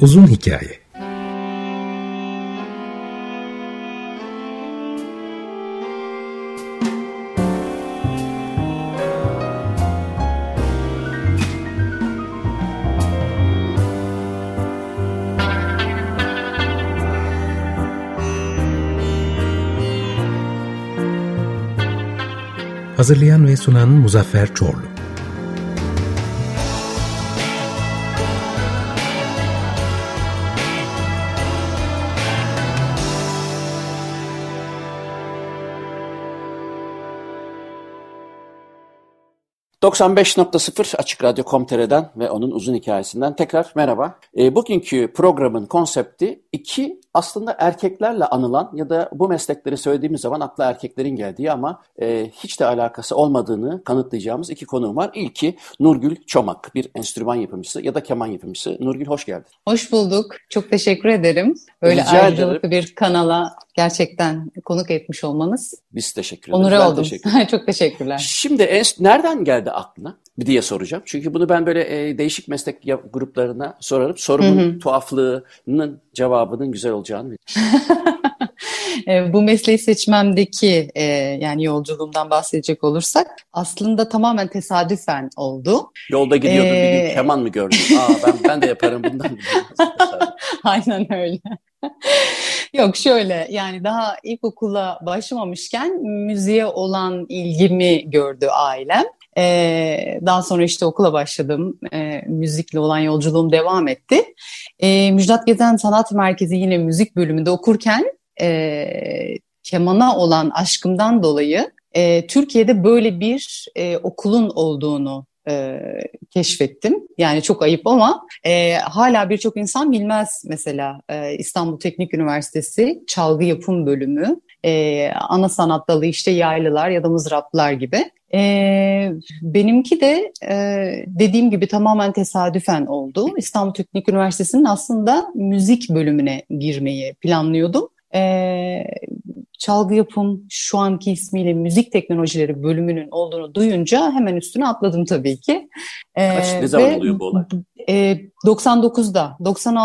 Uzun hikaye. Hazırlayan ve sunan Muzaffer Çorlu. ...95.0 Açık Radyo.com.tr'den ve onun uzun hikayesinden tekrar merhaba. Bugünkü programın konsepti aslında erkeklerle anılan ya da bu meslekleri söylediğimiz zaman akla erkeklerin geldiği ama hiç de alakası olmadığını kanıtlayacağımız iki konuğum var. İlki Nurgül Çomak, bir enstrüman yapımcısı ya da keman yapımcısı. Nurgül, hoş geldin. Hoş bulduk. Çok teşekkür ederim. Böyle ayrıcalıklı bir kanala gerçekten konuk etmiş olmanız. Biz teşekkür ederiz. Onur oldum. Çok teşekkürler. Şimdi nereden geldi aklına diye soracağım. Çünkü bunu ben böyle değişik meslek gruplarına sorarım. Sorumun tuhaflığının cevabının güzel olacağını Bu mesleği seçmemdeki yani yolculuğumdan bahsedecek olursak aslında tamamen tesadüfen oldu. Yolda gidiyordun bir gün keman mı gördün? Ben de yaparım bundan. Aynen öyle. Yok şöyle, yani daha ilkokula başlamamışken müziğe olan ilgimi gördü ailem. Daha sonra işte okula başladım. Müzikle olan yolculuğum devam etti. Müjdat Gezen Sanat Merkezi yine müzik bölümünde okurken kemana olan aşkımdan dolayı Türkiye'de böyle bir okulun olduğunu keşfettim. Yani çok ayıp ama hala birçok insan bilmez mesela İstanbul Teknik Üniversitesi Çalgı Yapım Bölümü, ana sanat dalı işte yaylılar ya da mızraplar gibi. Benimki de dediğim gibi tamamen tesadüfen oldu. İstanbul Teknik Üniversitesi'nin aslında müzik bölümüne girmeyi planlıyordum. Çalgı yapım, şu anki ismiyle müzik teknolojileri bölümünün olduğunu duyunca hemen üstüne atladım tabii ki. Ne zaman oluyor bu olay? 99'da,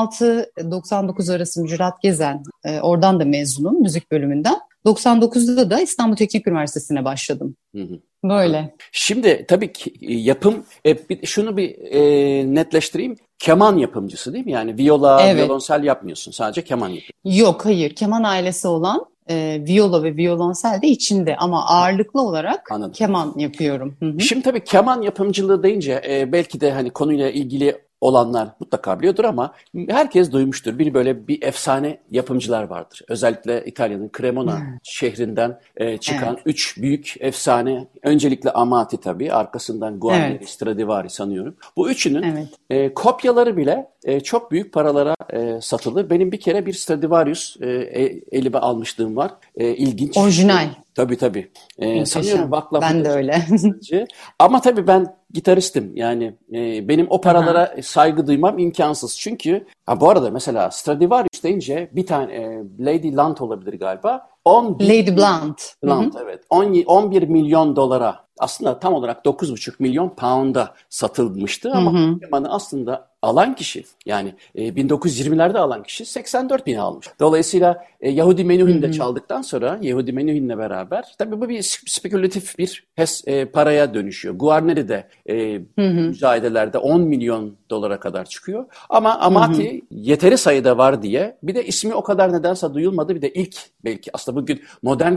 96-99 arası Müjdat Gezen, oradan da mezunum müzik bölümünden. 99'da da İstanbul Teknik Üniversitesi'ne başladım. Böyle. Şimdi tabii ki yapım, şunu bir netleştireyim. Keman yapımcısı değil mi? Yani viola, violonsel yapmıyorsun. Sadece keman yapıyorsun. Yok, hayır. Keman ailesi olan viola ve violonsel de içinde ama ağırlıklı olarak Anladım. Keman yapıyorum. Hı-hı. Şimdi tabii keman yapımcılığı deyince belki de hani konuyla ilgili olanlar mutlaka biliyordur ama herkes duymuştur. Bir efsane yapımcılar vardır. Özellikle İtalya'nın Cremona şehrinden çıkan üç büyük efsane. Öncelikle Amati tabii. Arkasından Guarneri, Stradivari sanıyorum. Bu üçünün kopyaları bile çok büyük paralara satılır. Benim bir kere bir Stradivarius elime almışlığım var. İlginç. Orijinal. Tabii. Sanıyorum Vaclav. Ben de öyle. Ama tabii ben gitaristim. Yani benim o paralara saygı duymam imkansız. Çünkü bu arada mesela Stradivarius deyince bir tane Lady Blunt olabilir galiba. Lady Blunt. Blunt, evet. 11 milyon dolara, aslında tam olarak 9,5 milyon pound'a satılmıştı ama kemanı aslında alan kişi, yani 1920'lerde alan kişi 84 bin almış. Dolayısıyla Yehudi Menuhin de çaldıktan sonra Yehudi Menuhin'le beraber tabii bu bir spekülatif bir paraya dönüşüyor. Guarneri de müzayedelerde 10 milyon dolara kadar çıkıyor. Ama Amati yeteri sayıda var diye, bir de ismi o kadar nedense duyulmadı. Bir de ilk, belki aslında bugün modern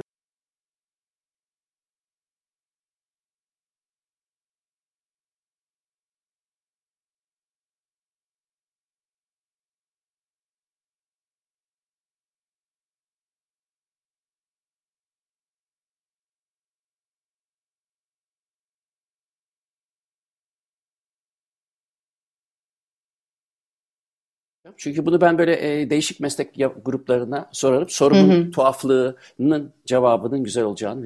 Çünkü bunu ben böyle değişik meslek gruplarına sorarım. Sorumun tuhaflığının cevabının güzel olacağını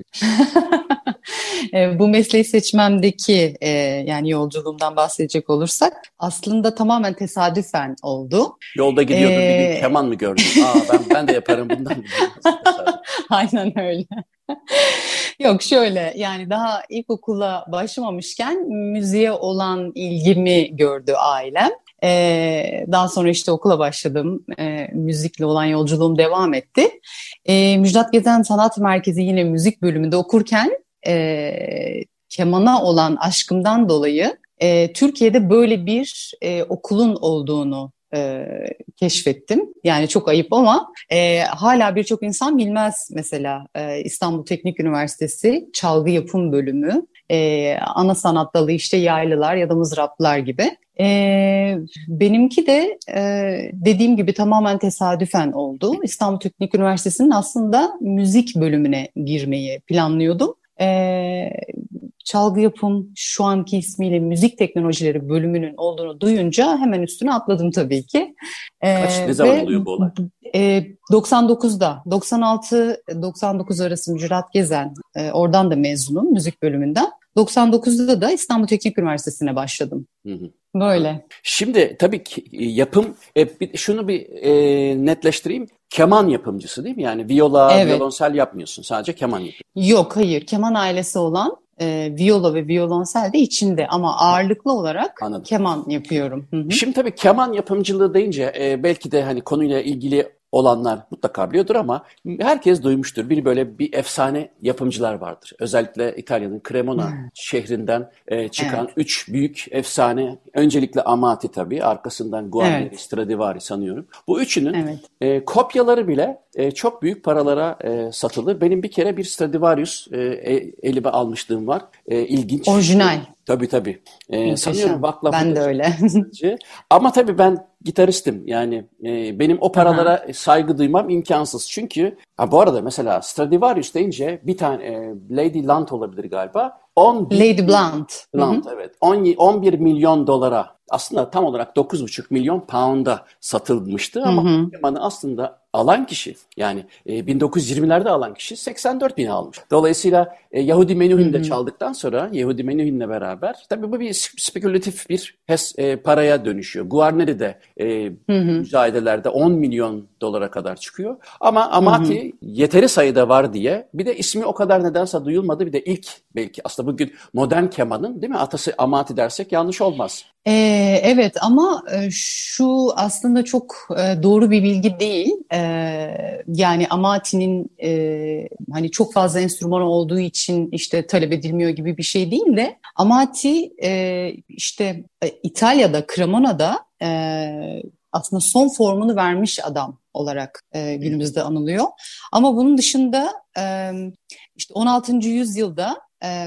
Bu mesleği seçmemdeki yani yolculuğumdan bahsedecek olursak aslında tamamen tesadüfen oldu. Yolda gidiyordun bir gün keman mı gördün? Ben de yaparım bundan. Aynen öyle. Yok şöyle, yani daha ilkokula başlamamışken müziğe olan ilgimi gördü ailem. Daha sonra işte okula başladım. Müzikle olan yolculuğum devam etti. Müjdat Gezen Sanat Merkezi yine müzik bölümünde okurken kemana olan aşkımdan dolayı Türkiye'de böyle bir okulun olduğunu keşfettim. Yani çok ayıp ama hala birçok insan bilmez mesela İstanbul Teknik Üniversitesi Çalgı Yapım Bölümü, ana sanat dalı işte yaylılar ya da mızraplar gibi. Benimki de dediğim gibi tamamen tesadüfen oldu. İstanbul Teknik Üniversitesi'nin aslında müzik bölümüne girmeyi planlıyordum. Çalgı yapım şu anki ismiyle müzik teknolojileri bölümünün olduğunu duyunca hemen üstüne atladım tabii ki. Ne zaman oluyor bu olay? 99'da, 96-99 arası Müjdat Gezen, oradan da mezunum müzik bölümünden. 99'da da İstanbul Teknik Üniversitesi'ne başladım. Böyle. Şimdi tabii ki yapım, şunu bir netleştireyim. Keman yapımcısı değil mi? Yani viola, Evet. violonsel yapmıyorsun. Sadece keman yapıyorsun. Yok, hayır. Keman ailesi olan viola ve violonsel de içinde ama ağırlıklı olarak Anladım. keman yapıyorum. Hı hı. Şimdi tabii keman yapımcılığı deyince belki de hani konuyla ilgili olanlar mutlaka biliyordur ama herkes duymuştur. Bir efsane yapımcılar vardır. Özellikle İtalya'nın Cremona şehrinden çıkan Evet. 3 büyük efsane. Öncelikle Amati tabii, arkasından Guarneri, Evet. Stradivari sanıyorum. Bu üçünün Evet. kopyaları bile çok büyük paralara satılır. Benim bir kere bir Stradivarius elime almışlığım var. İlginç. Orijinal. Tabii. Sanıyorum Muhteşem. Václav Ben de öyle. Havel'ci. Ama tabii ben gitaristim. Yani benim o paralara saygı duymam imkansız. Çünkü bu arada mesela Stradivarius deyince bir tane Lady Lunt olabilir galiba. Lady Blunt. Blunt, evet. 11 milyon dolara, aslında tam olarak 9,5 milyon pound'a satılmıştı ama kemanı aslında alan kişi, yani 1920'lerde alan kişi 84 bin almış. Dolayısıyla Yehudi Menuhin de çaldıktan sonra Yehudi Menuhin'le beraber tabii bu bir spekülatif bir paraya dönüşüyor. Guarneri de müzayedelerde 10 milyon dolara kadar çıkıyor. Ama Amati yeteri sayıda var diye, bir de ismi o kadar nedense duyulmadı. Bir de ilk, belki aslında bugün modern kemanın değil mi atası Amati dersek yanlış olmaz. Evet ama şu aslında çok doğru bir bilgi değil. Yani Amati'nin hani çok fazla enstrümanı olduğu için işte talep edilmiyor gibi bir şey değil de Amati işte İtalya'da, Cremona'da aslında son formunu vermiş adam olarak günümüzde anılıyor. Ama bunun dışında işte 16. yüzyılda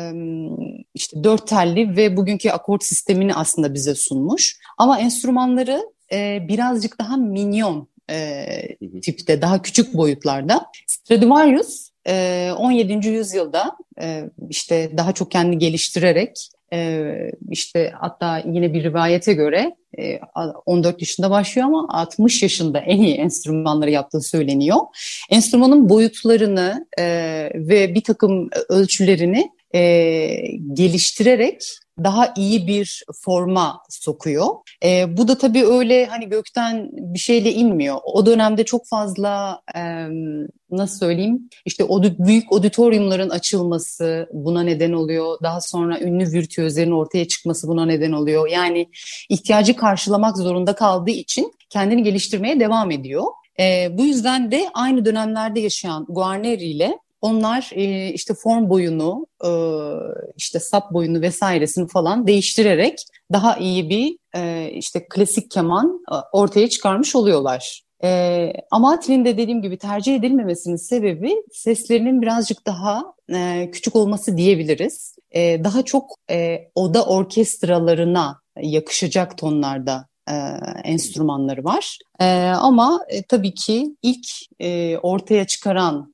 işte dört telli ve bugünkü akort sistemini aslında bize sunmuş. Ama enstrümanları birazcık daha minyon tipte, daha küçük boyutlarda. Stradivarius 17. yüzyılda işte daha çok kendini geliştirerek işte hatta yine bir rivayete göre 14 yaşında başlıyor ama 60 yaşında en iyi enstrümanları yaptığı söyleniyor. Enstrümanın boyutlarını ve bir takım ölçülerini geliştirerek daha iyi bir forma sokuyor. Bu da tabii öyle hani gökten bir şeyle inmiyor. O dönemde çok fazla nasıl söyleyeyim işte büyük auditoriumların açılması buna neden oluyor. Daha sonra ünlü virtüözlerin ortaya çıkması buna neden oluyor. Yani ihtiyacı karşılamak zorunda kaldığı için kendini geliştirmeye devam ediyor. Bu yüzden de aynı dönemlerde yaşayan Guarneri ile onlar işte form boyunu, işte sap boyunu vesairesini falan değiştirerek daha iyi bir işte klasik keman ortaya çıkarmış oluyorlar. Amati'nin de dediğim gibi tercih edilmemesinin sebebi seslerinin birazcık daha küçük olması diyebiliriz. Daha çok oda orkestralarına yakışacak tonlarda enstrümanları var. Ama tabii ki ilk ortaya çıkaran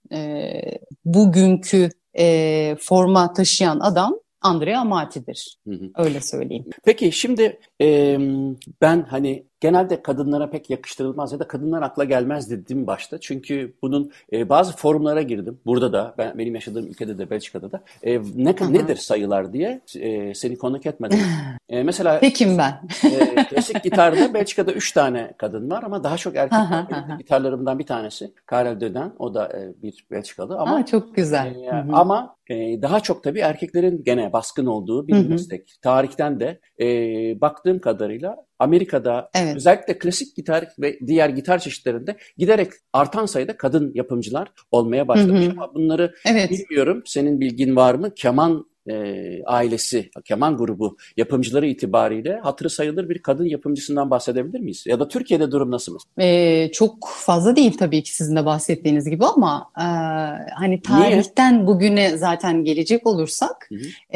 bugünkü forma taşıyan adam Andrea Amati'dir. Öyle söyleyeyim. Peki şimdi ben hani genelde kadınlara pek yakıştırılmaz ya da kadınlar akla gelmez dedim başta. Çünkü bunun bazı forumlara girdim. Burada da, benim yaşadığım ülkede de, Belçika'da da. Nedir sayılar diye seni konuk etmedim. Mesela Pekim ben. klasik gitarda Belçika'da 3 tane kadın var ama daha çok erkek var. Benim de gitarlarımdan bir tanesi Karel Döden. O da bir Belçikalı ama çok güzel. Ama daha çok tabii erkeklerin gene baskın olduğu bir meslek. Tarihten de baktığım kadarıyla Amerika'da Evet. özellikle klasik gitar ve diğer gitar çeşitlerinde giderek artan sayıda kadın yapımcılar olmaya başlamış. Ama bunları Evet. bilmiyorum. Senin bilgin var mı? Keman ailesi, keman grubu yapımcıları itibariyle hatırı sayılır bir kadın yapımcısından bahsedebilir miyiz? Ya da Türkiye'de durum nasıl? Çok fazla değil tabii ki sizin de bahsettiğiniz gibi ama hani tarihten bugüne zaten gelecek olursak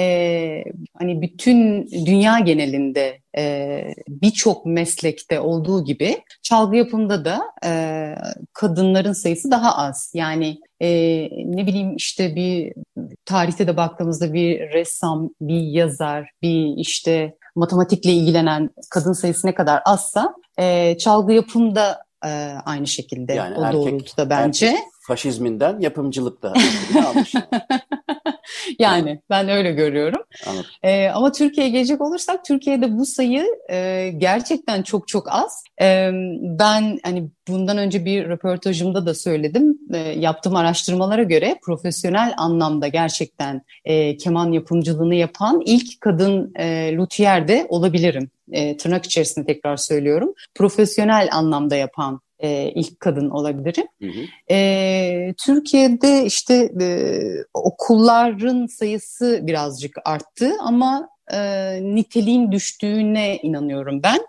hani bütün dünya genelinde birçok meslekte olduğu gibi çalgı yapımında da kadınların sayısı daha az. Yani ne bileyim işte bir tarihte de baktığımızda bir ressam, bir yazar, bir işte matematikle ilgilenen kadın sayısı ne kadar azsa çalgı yapımda aynı şekilde yani o doğrultuda bence. Erkek faşizminden yapımcılıkta almış. Yani ben öyle görüyorum. Ama Türkiye'ye gelecek olursak Türkiye'de bu sayı gerçekten çok çok az. Ben hani bundan önce bir röportajımda da söyledim. Yaptığım araştırmalara göre profesyonel anlamda gerçekten keman yapımcılığını yapan ilk kadın luthier de olabilirim. Tırnak içerisinde tekrar söylüyorum. Profesyonel anlamda yapan ilk kadın olabilirim. Türkiye'de işte okulların sayısı birazcık arttı ama niteliğin düştüğüne inanıyorum ben.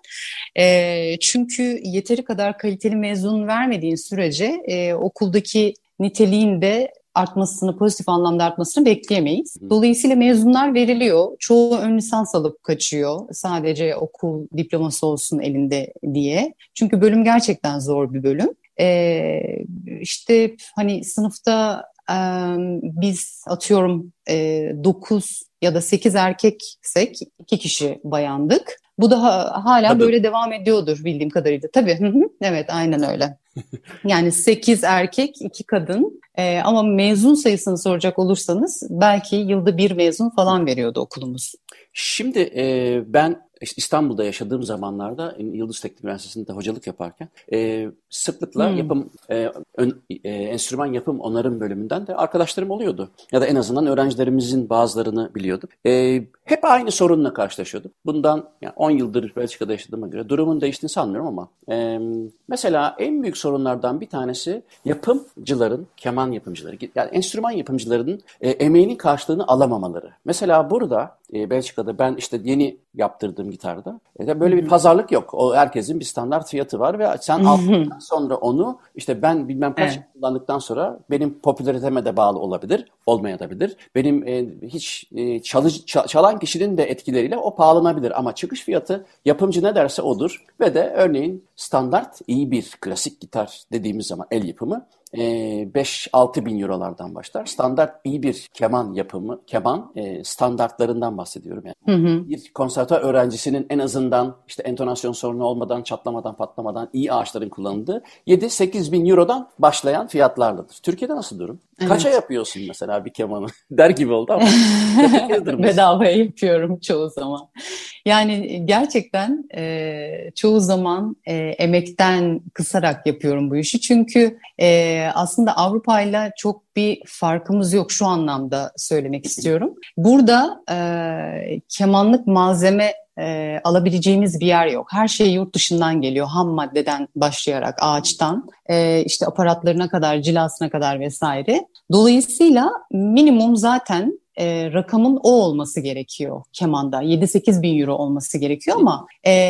Çünkü yeteri kadar kaliteli mezun vermediğin sürece okuldaki niteliğin de artmasını, pozitif anlamda artmasını bekleyemeyiz. Dolayısıyla mezunlar veriliyor. Çoğu ön lisans alıp kaçıyor. Sadece okul diploması olsun elinde diye. Çünkü bölüm gerçekten zor bir bölüm. İşte hani sınıfta biz atıyorum 9 ya da 8 erkeksek 2 kişi bayandık. Bu da hala böyle devam ediyordur bildiğim kadarıyla. Tabii. Evet, aynen öyle. Yani 8 erkek, 2 kadın. Ama mezun sayısını soracak olursanız belki yılda 1 mezun falan veriyordu okulumuz. Şimdi ben İstanbul'da yaşadığım zamanlarda Yıldız Teknik Üniversitesi'nde hocalık yaparken sıklıkla enstrüman yapım onarım bölümünden de arkadaşlarım oluyordu. Ya da en azından öğrencilerimizin bazılarını biliyordum. Hep aynı sorunla karşılaşıyordum. Bundan 10 yıldır Belçika'da yaşadığıma göre durumun değiştiğini sanmıyorum ama mesela en büyük sorunlardan bir tanesi yapımcıların, keman yapımcıları, yani enstrüman yapımcılarının emeğinin karşılığını alamamaları. Mesela burada Belçika'da ben işte yeni yaptırdığım gitarda böyle bir pazarlık yok. O herkesin bir standart fiyatı var ve sen aldıktan sonra onu işte ben bilmem kaç yıl kullandıktan sonra benim popülariteme de bağlı olabilir, olmayabilir. Benim hiç çalan kişinin de etkileriyle o pahalanabilir ama çıkış fiyatı yapımcı ne derse odur ve de örneğin standart iyi bir klasik gitar dediğimiz zaman el yapımı 5-6 bin eurolardan başlar. Standart iyi bir keman yapımı, keman standartlarından bahsediyorum yani. Bir konservatuvar öğrencisinin en azından işte entonasyon sorunu olmadan, çatlamadan, patlamadan iyi ağaçların kullanıldığı 7-8 bin eurodan başlayan fiyatlarladır. Türkiye'de nasıl durum? Evet. Kaça yapıyorsun mesela bir kemanı? Der gibi oldu ama. Bedavaya yapıyorum çoğu zaman. Yani gerçekten çoğu zaman emekten kısarak yapıyorum bu işi. Çünkü aslında Avrupa'yla çok bir farkımız yok, şu anlamda söylemek istiyorum. Burada kemanlık malzeme alabileceğimiz bir yer yok. Her şey yurt dışından geliyor. Ham maddeden başlayarak ağaçtan işte aparatlarına kadar, cilasına kadar vesaire. Dolayısıyla minimum zaten rakamın o olması gerekiyor kemanda. 7-8 bin euro olması gerekiyor ama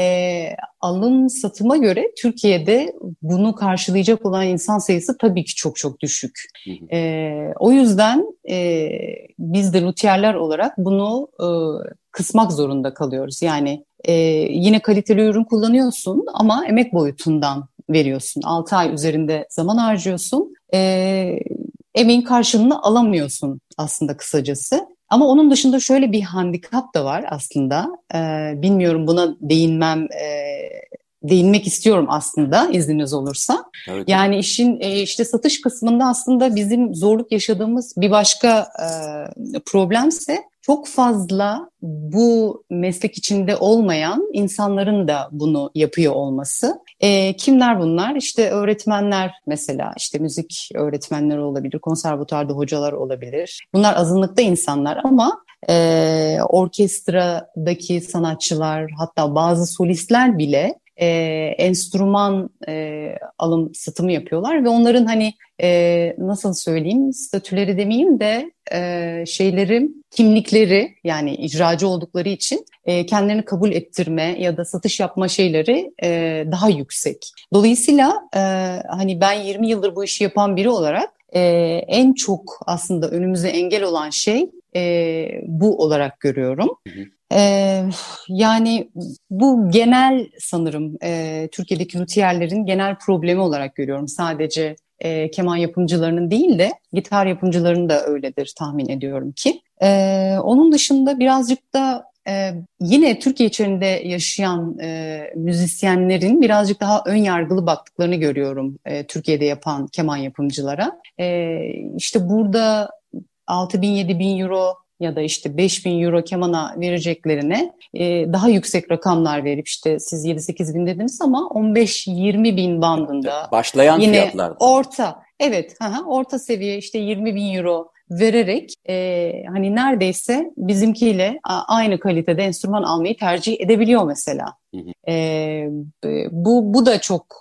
alım satıma göre Türkiye'de bunu karşılayacak olan insan sayısı tabii ki çok çok düşük. O yüzden biz de luthierler olarak bunu kısmak zorunda kalıyoruz. Yani yine kaliteli ürün kullanıyorsun ama emek boyutundan veriyorsun. 6 ay üzerinde zaman harcıyorsun. Emeğin karşılığını alamıyorsun aslında kısacası. Ama onun dışında şöyle bir handikap da var aslında. Bilmiyorum, buna değinmek istiyorum aslında izniniz olursa. Evet. Yani işin işte satış kısmında aslında bizim zorluk yaşadığımız bir başka problemse çok fazla bu meslek içinde olmayan insanların da bunu yapıyor olması. Kimler bunlar? İşte öğretmenler mesela, işte müzik öğretmenleri olabilir, konservatuarda hocalar olabilir. Bunlar azınlıkta insanlar ama orkestradaki sanatçılar, hatta bazı solistler bile enstrüman alım satımı yapıyorlar ve onların hani nasıl söyleyeyim, statüleri demeyeyim de kimlikleri, yani icracı oldukları için kendilerini kabul ettirme ya da satış yapma şeyleri daha yüksek. Dolayısıyla hani ben 20 yıldır bu işi yapan biri olarak en çok aslında önümüze engel olan şey bu olarak görüyorum. Yani bu genel sanırım Türkiye'deki lütiyerlerin genel problemi olarak görüyorum. Sadece keman yapımcılarının değil de gitar yapımcılarının da öyledir tahmin ediyorum ki. Onun dışında birazcık da yine Türkiye içerisinde yaşayan müzisyenlerin birazcık daha ön yargılı baktıklarını görüyorum Türkiye'de yapan keman yapımcılara. İşte burada 6.000-7.000 euro ya da işte 5.000 euro kemana vereceklerine daha yüksek rakamlar verip, işte siz 7-8 bin dediniz ama 15-20 bin bandında başlayan yine fiyatlarda. Orta seviye işte 20 bin euro vererek hani neredeyse bizimkiyle aynı kalitede enstrüman almayı tercih edebiliyor mesela. Hı hı. Bu da çok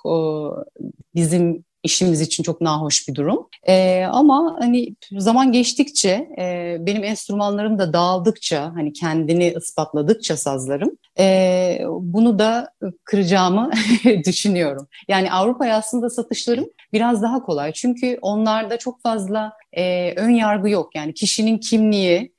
bizim işimiz için çok nahoş bir durum. Ama hani zaman geçtikçe, benim enstrümanlarım da dağıldıkça, hani kendini ispatladıkça sazlarım, bunu da kıracağımı düşünüyorum. Yani Avrupa'ya aslında satışlarım biraz daha kolay. Çünkü onlarda çok fazla ön yargı yok. Yani kişinin kimliği,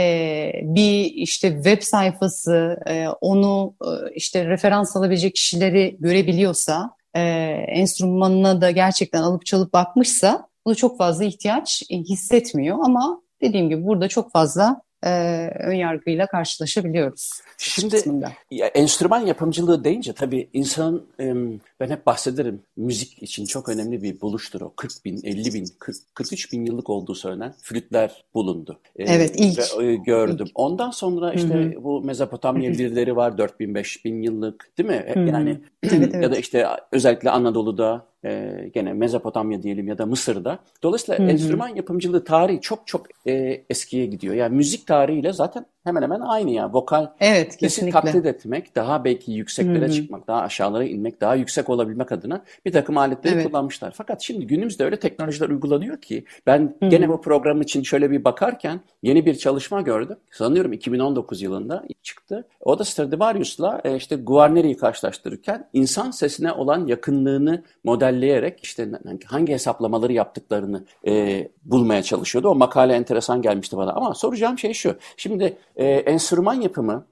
bir işte web sayfası, onu işte referans alabilecek kişileri görebiliyorsa, enstrümanına da gerçekten alıp çalıp bakmışsa bunu çok fazla ihtiyaç hissetmiyor. Ama dediğim gibi burada çok fazla ön yargıyla karşılaşabiliyoruz. Şimdi enstrüman yapımcılığı deyince tabii insanın, ben hep bahsederim, müzik için çok önemli bir buluştur o. 40 bin, 50 bin, 43 bin yıllık olduğu söylenen flütler bulundu. Evet, ilk. Gördüm. İlk. Ondan sonra işte bu Mezopotamya lirleri var, 4 bin, 5 bin yıllık, değil mi? Yani evet. ya da işte özellikle Anadolu'da, gene Mezopotamya diyelim ya da Mısır'da. Dolayısıyla enstrüman yapımcılığı tarihi çok çok eskiye gidiyor. Yani müzik tarihiyle zaten hemen hemen aynı ya. Vokal evet, sesi taklit etmek, daha belki yükseklere çıkmak, daha aşağılara inmek, daha yüksek olabilmek adına bir takım aletleri kullanmışlar. Fakat şimdi günümüzde öyle teknolojiler uygulanıyor ki ben gene bu program için şöyle bir bakarken yeni bir çalışma gördüm. Sanıyorum 2019 yılında çıktı. O da Stradivarius'la işte Guarneri'yi karşılaştırırken insan sesine olan yakınlığını modelleyerek işte hangi hesaplamaları yaptıklarını bulmaya çalışıyordu. O makale enteresan gelmişti bana. Ama soracağım şey şu. Şimdi enstrüman yapımı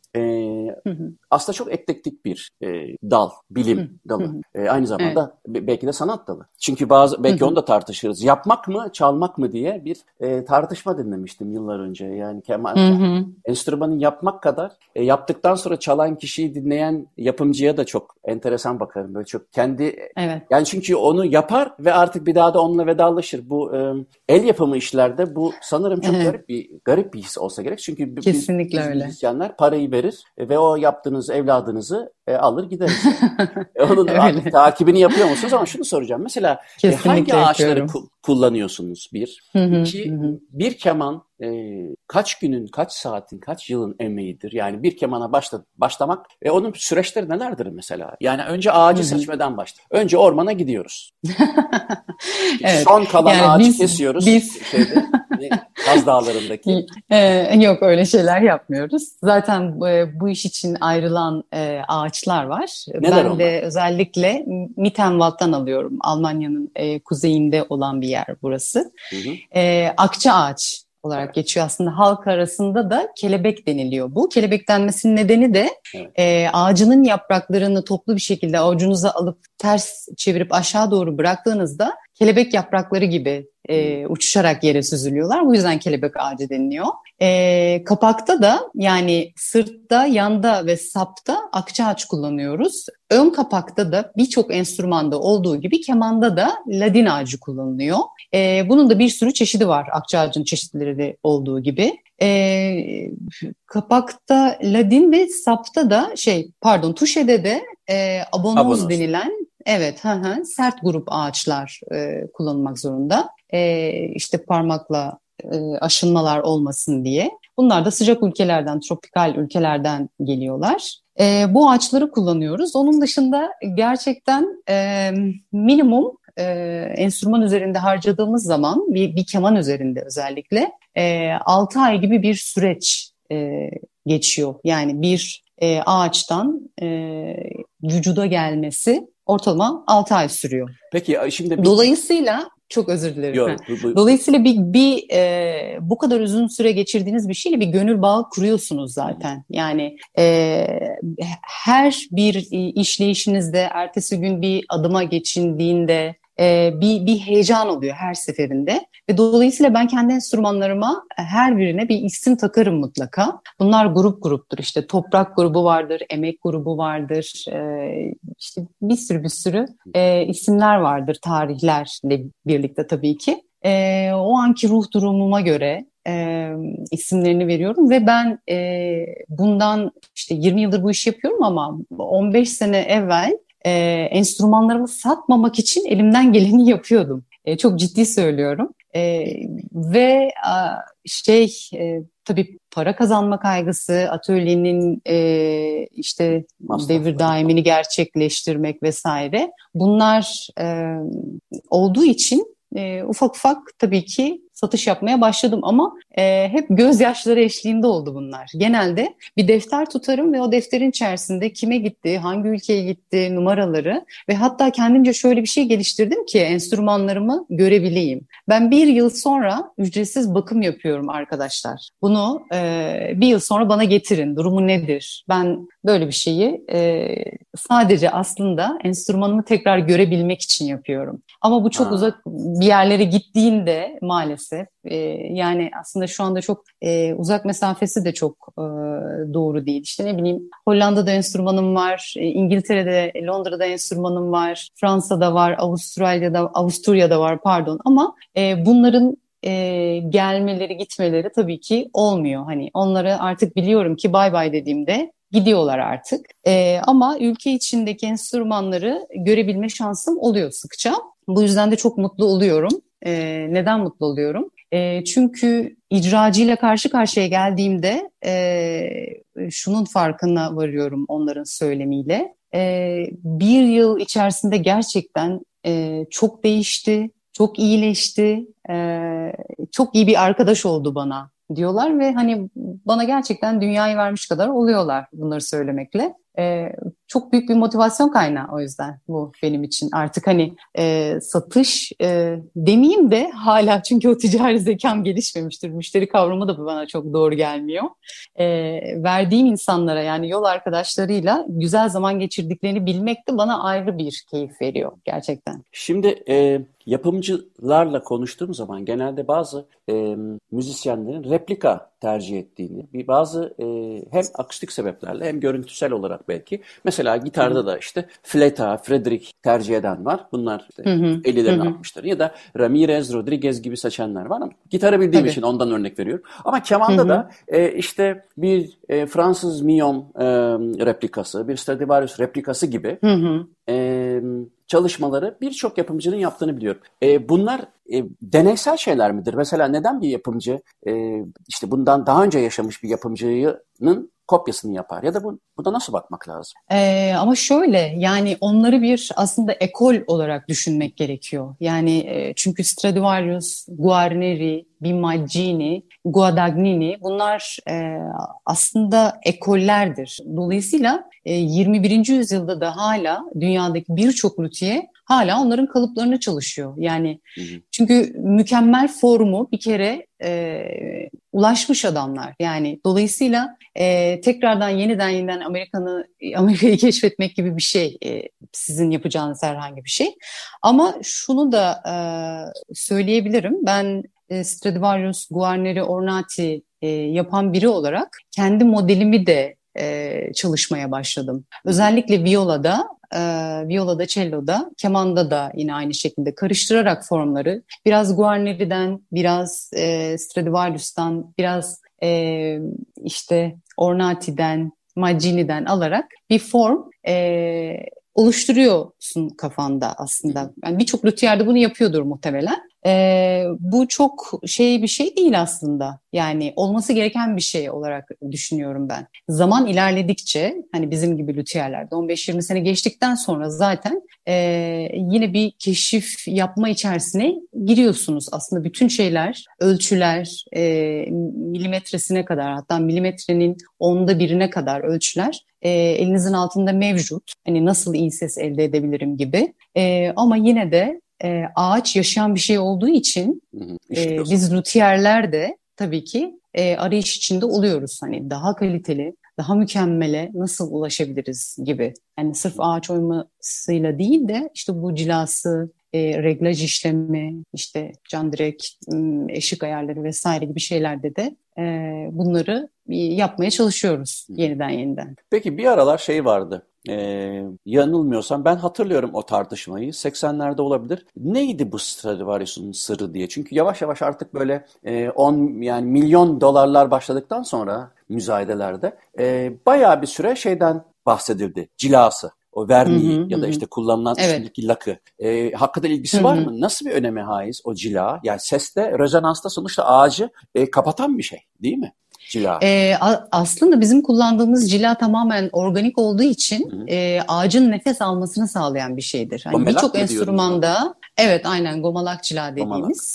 aslında çok eklektik bir dal, bilim dalı. Aynı zamanda belki de sanat dalı. Çünkü belki onu da tartışırız. Yapmak mı, çalmak mı diye bir tartışma dinlemiştim yıllar önce. Yani enstrümanı yapmak kadar yaptıktan sonra çalan kişiyi dinleyen yapımcıya da çok enteresan bakarım. Böyle çok kendi yani çünkü onu yapar ve artık bir daha da onunla vedalaşır. Bu el yapımı işlerde bu sanırım çok garip bir his olsa gerek. Çünkü biz müzisyenler parayı verir ve o yaptığınız evladınızı alır gideriz. Onun artık takibini yapıyor musunuz? Ama şunu soracağım. Mesela hangi ağaçları kullanıyorsunuz? İki, bir keman kaç günün, kaç saatin, kaç yılın emeğidir? Yani bir kemana başlamak ve onun süreçleri nelerdir mesela? Yani önce ağacı seçmeden başlar. Önce ormana gidiyoruz. Son kalan ağacı kesiyoruz. Kaz Dağları'ndaki. Yok, öyle şeyler yapmıyoruz. Zaten bu iş için ayrılan ağaçlar var. Neler onlar? De özellikle Mittenwald'dan alıyorum. Almanya'nın kuzeyinde olan bir yer burası. Akça ağaç olarak geçiyor. Aslında halk arasında da kelebek deniliyor bu. Kelebek denmesinin nedeni de ağacının yapraklarını toplu bir şekilde avucunuza alıp ters çevirip aşağı doğru bıraktığınızda kelebek yaprakları gibi uçuşarak yere süzülüyorlar. Bu yüzden kelebek ağacı deniliyor. Kapakta da yani sırtta, yanda ve sapta akçaağaç kullanıyoruz. Ön kapakta da birçok enstrümanda olduğu gibi kemanda da ladin ağacı kullanılıyor. Bunun da bir sürü çeşidi var, akçaağacın çeşitleri de olduğu gibi. Kapakta ladin ve sapta da tuşede de abonoz denilen sert grup ağaçlar kullanılmak zorunda. İşte parmakla aşınmalar olmasın diye. Bunlar da sıcak ülkelerden, tropikal ülkelerden geliyorlar. Bu ağaçları kullanıyoruz. Onun dışında gerçekten minimum enstrüman üzerinde harcadığımız zaman bir keman üzerinde özellikle 6 ay gibi bir süreç geçiyor. Yani bir ağaçtan vücuda gelmesi ortalama 6 ay sürüyor. Peki şimdi dolayısıyla çok özür dilerim. Yok, dolayısıyla bu kadar uzun süre geçirdiğiniz bir şeyle bir gönül bağı kuruyorsunuz zaten. Yani her bir işleyişinizde ertesi gün bir adıma geçildiğinde bir heyecan oluyor her seferinde ve dolayısıyla ben kendi enstrümanlarıma her birine bir isim takarım mutlaka. Bunlar gruptur. İşte toprak grubu vardır, emek grubu vardır, işte bir sürü isimler vardır tarihlerle birlikte tabii ki. O anki ruh durumuma göre isimlerini veriyorum ve ben bundan işte 20 yıldır bu işi yapıyorum ama 15 sene evvel enstrümanlarımı satmamak için elimden geleni yapıyordum. Çok ciddi söylüyorum. Ve tabii para kazanma kaygısı, atölyenin işte devir daimini gerçekleştirmek vesaire. Bunlar olduğu için ufak ufak tabii ki satış yapmaya başladım ama hep gözyaşları eşliğinde oldu bunlar. Genelde bir defter tutarım ve o defterin içerisinde kime gitti, hangi ülkeye gitti numaraları ve hatta kendimce şöyle bir şey geliştirdim ki enstrümanlarımı görebileyim. Ben 1 yıl sonra ücretsiz bakım yapıyorum arkadaşlar. Bunu 1 yıl sonra bana getirin, durumu nedir? Ben böyle bir şeyi sadece aslında enstrümanımı tekrar görebilmek için yapıyorum. Ama bu çok uzak bir yerlere gittiğinde maalesef yani aslında şu anda çok uzak mesafesi de çok doğru değil. İşte ne bileyim Hollanda'da enstrümanım var, İngiltere'de, Londra'da enstrümanım var, Fransa'da var, Avusturya'da var pardon ama bunların gelmeleri gitmeleri tabii ki olmuyor. Hani onları artık biliyorum ki bay bay dediğimde gidiyorlar artık. Ama ülke içindeki enstrümanları görebilme şansım oluyor sıkça. Bu yüzden de çok mutlu oluyorum. Neden mutlu oluyorum? Çünkü icracıyla karşı karşıya geldiğimde şunun farkına varıyorum onların söylemiyle. 1 yıl içerisinde gerçekten çok değişti, çok iyileşti, çok iyi bir arkadaş oldu bana diyorlar ve hani bana gerçekten dünyayı vermiş kadar oluyorlar bunları söylemekle. Çok büyük bir motivasyon kaynağı o yüzden bu benim için. Artık hani satış demeyeyim de hala çünkü o ticari zekam gelişmemiştir. Müşteri kavramı da bana çok doğru gelmiyor. Verdiğim insanlara yani yol arkadaşlarıyla güzel zaman geçirdiklerini bilmek de bana ayrı bir keyif veriyor gerçekten. Şimdi yapımcılarla konuştuğum zaman genelde bazı müzisyenlerin replika tercih ettiğini, bazı hem akustik sebeplerle hem görüntüsel olarak belki. Mesela gitarda da işte Fleta, Frederick tercih eden var. Bunlar işte elilerini atmışlar. Ya da Ramirez, Rodriguez gibi seçenler var ama gitarı bildiğim için ondan örnek veriyorum. Ama kemanda da işte bir Fransız Millon replikası, bir Stradivarius replikası gibi çalışmaları birçok yapımcının yaptığını biliyorum. Bunlar deneysel şeyler midir? Mesela neden bir yapımcı işte bundan daha önce yaşamış bir yapımcının kopyasını yapar? Ya da buna nasıl bakmak lazım? Ama şöyle yani onları bir aslında ekol olarak düşünmek gerekiyor. Yani çünkü Stradivarius, Guarneri, Bimaggini, Guadagnini bunlar aslında ekollerdir. Dolayısıyla 21. yüzyılda da hala dünyadaki birçok lüthiye hala onların kalıplarını çalışıyor. Yani çünkü mükemmel formu bir kere ulaşmış adamlar. Yani dolayısıyla tekrardan yeniden Amerika'yı keşfetmek gibi bir şey sizin yapacağınız herhangi bir şey. Ama şunu da söyleyebilirim. Ben Stradivarius, Guarneri, Ornati yapan biri olarak kendi modelimi de çalışmaya başladım. Özellikle violada, cello'da, kemanda da yine aynı şekilde karıştırarak formları biraz Guarneri'den, biraz Stradivarius'tan, biraz işte Ornati'den, Maggini'den alarak bir form oluşturuyorsun kafanda aslında. Yani birçok lüthiyer bunu yapıyordur muhtemelen. Bu çok bir şey değil aslında. Yani olması gereken bir şey olarak düşünüyorum ben. Zaman ilerledikçe hani bizim gibi lüthiyerlerde 15-20 sene geçtikten sonra zaten yine bir keşif yapma içerisine giriyorsunuz. Aslında bütün şeyler, ölçüler, milimetresine kadar, hatta milimetrenin 1/10'ine kadar ölçüler elinizin altında mevcut. Hani nasıl iyi ses elde edebilirim gibi. Ama yine de ağaç yaşayan bir şey olduğu için biz luthierler de tabii ki arayış içinde oluyoruz. Hani daha kaliteli, daha mükemmele nasıl ulaşabiliriz gibi. Yani sırf ağaç oymasıyla değil de işte bu cilası, reglaj işlemi, işte candirek, ışık ayarları vesaire gibi şeylerde de bunları yapmaya çalışıyoruz yeniden. Peki bir aralar vardı. Yanılmıyorsam ben hatırlıyorum o tartışmayı. 80'lerde olabilir. Neydi bu Stradivarius'un sırrı diye. Çünkü yavaş yavaş artık böyle 10 yani milyon dolarlar başladıktan sonra müzayedelerde bayağı bir süre şeyden bahsedildi. Cilası. O verniği ya da işte kullanılan üstündeki lakı. Hakikaten ilgisi var mı? Nasıl bir öneme haiz o cila? Yani seste, rezonansta sonuçta ağacı kapatan bir şey değil mi? Cila. Aslında bizim kullandığımız cila tamamen organik olduğu için ağacın nefes almasını sağlayan bir şeydir. Hani birçok enstrümanda aynen gomalak cila dediğimiz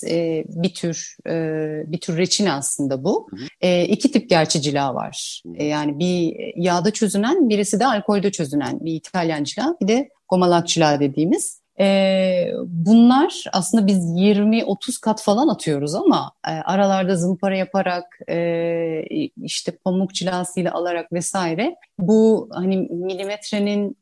bir tür reçine aslında bu. İki tip gerçi cila var. Yani bir yağda çözünen, birisi de alkolde çözünen bir İtalyan cila, bir de gomalak cila dediğimiz. Bunlar aslında biz 20-30 kat falan atıyoruz ama aralarda zımpara yaparak işte pamuk cilasıyla alarak vesaire bu hani milimetrenin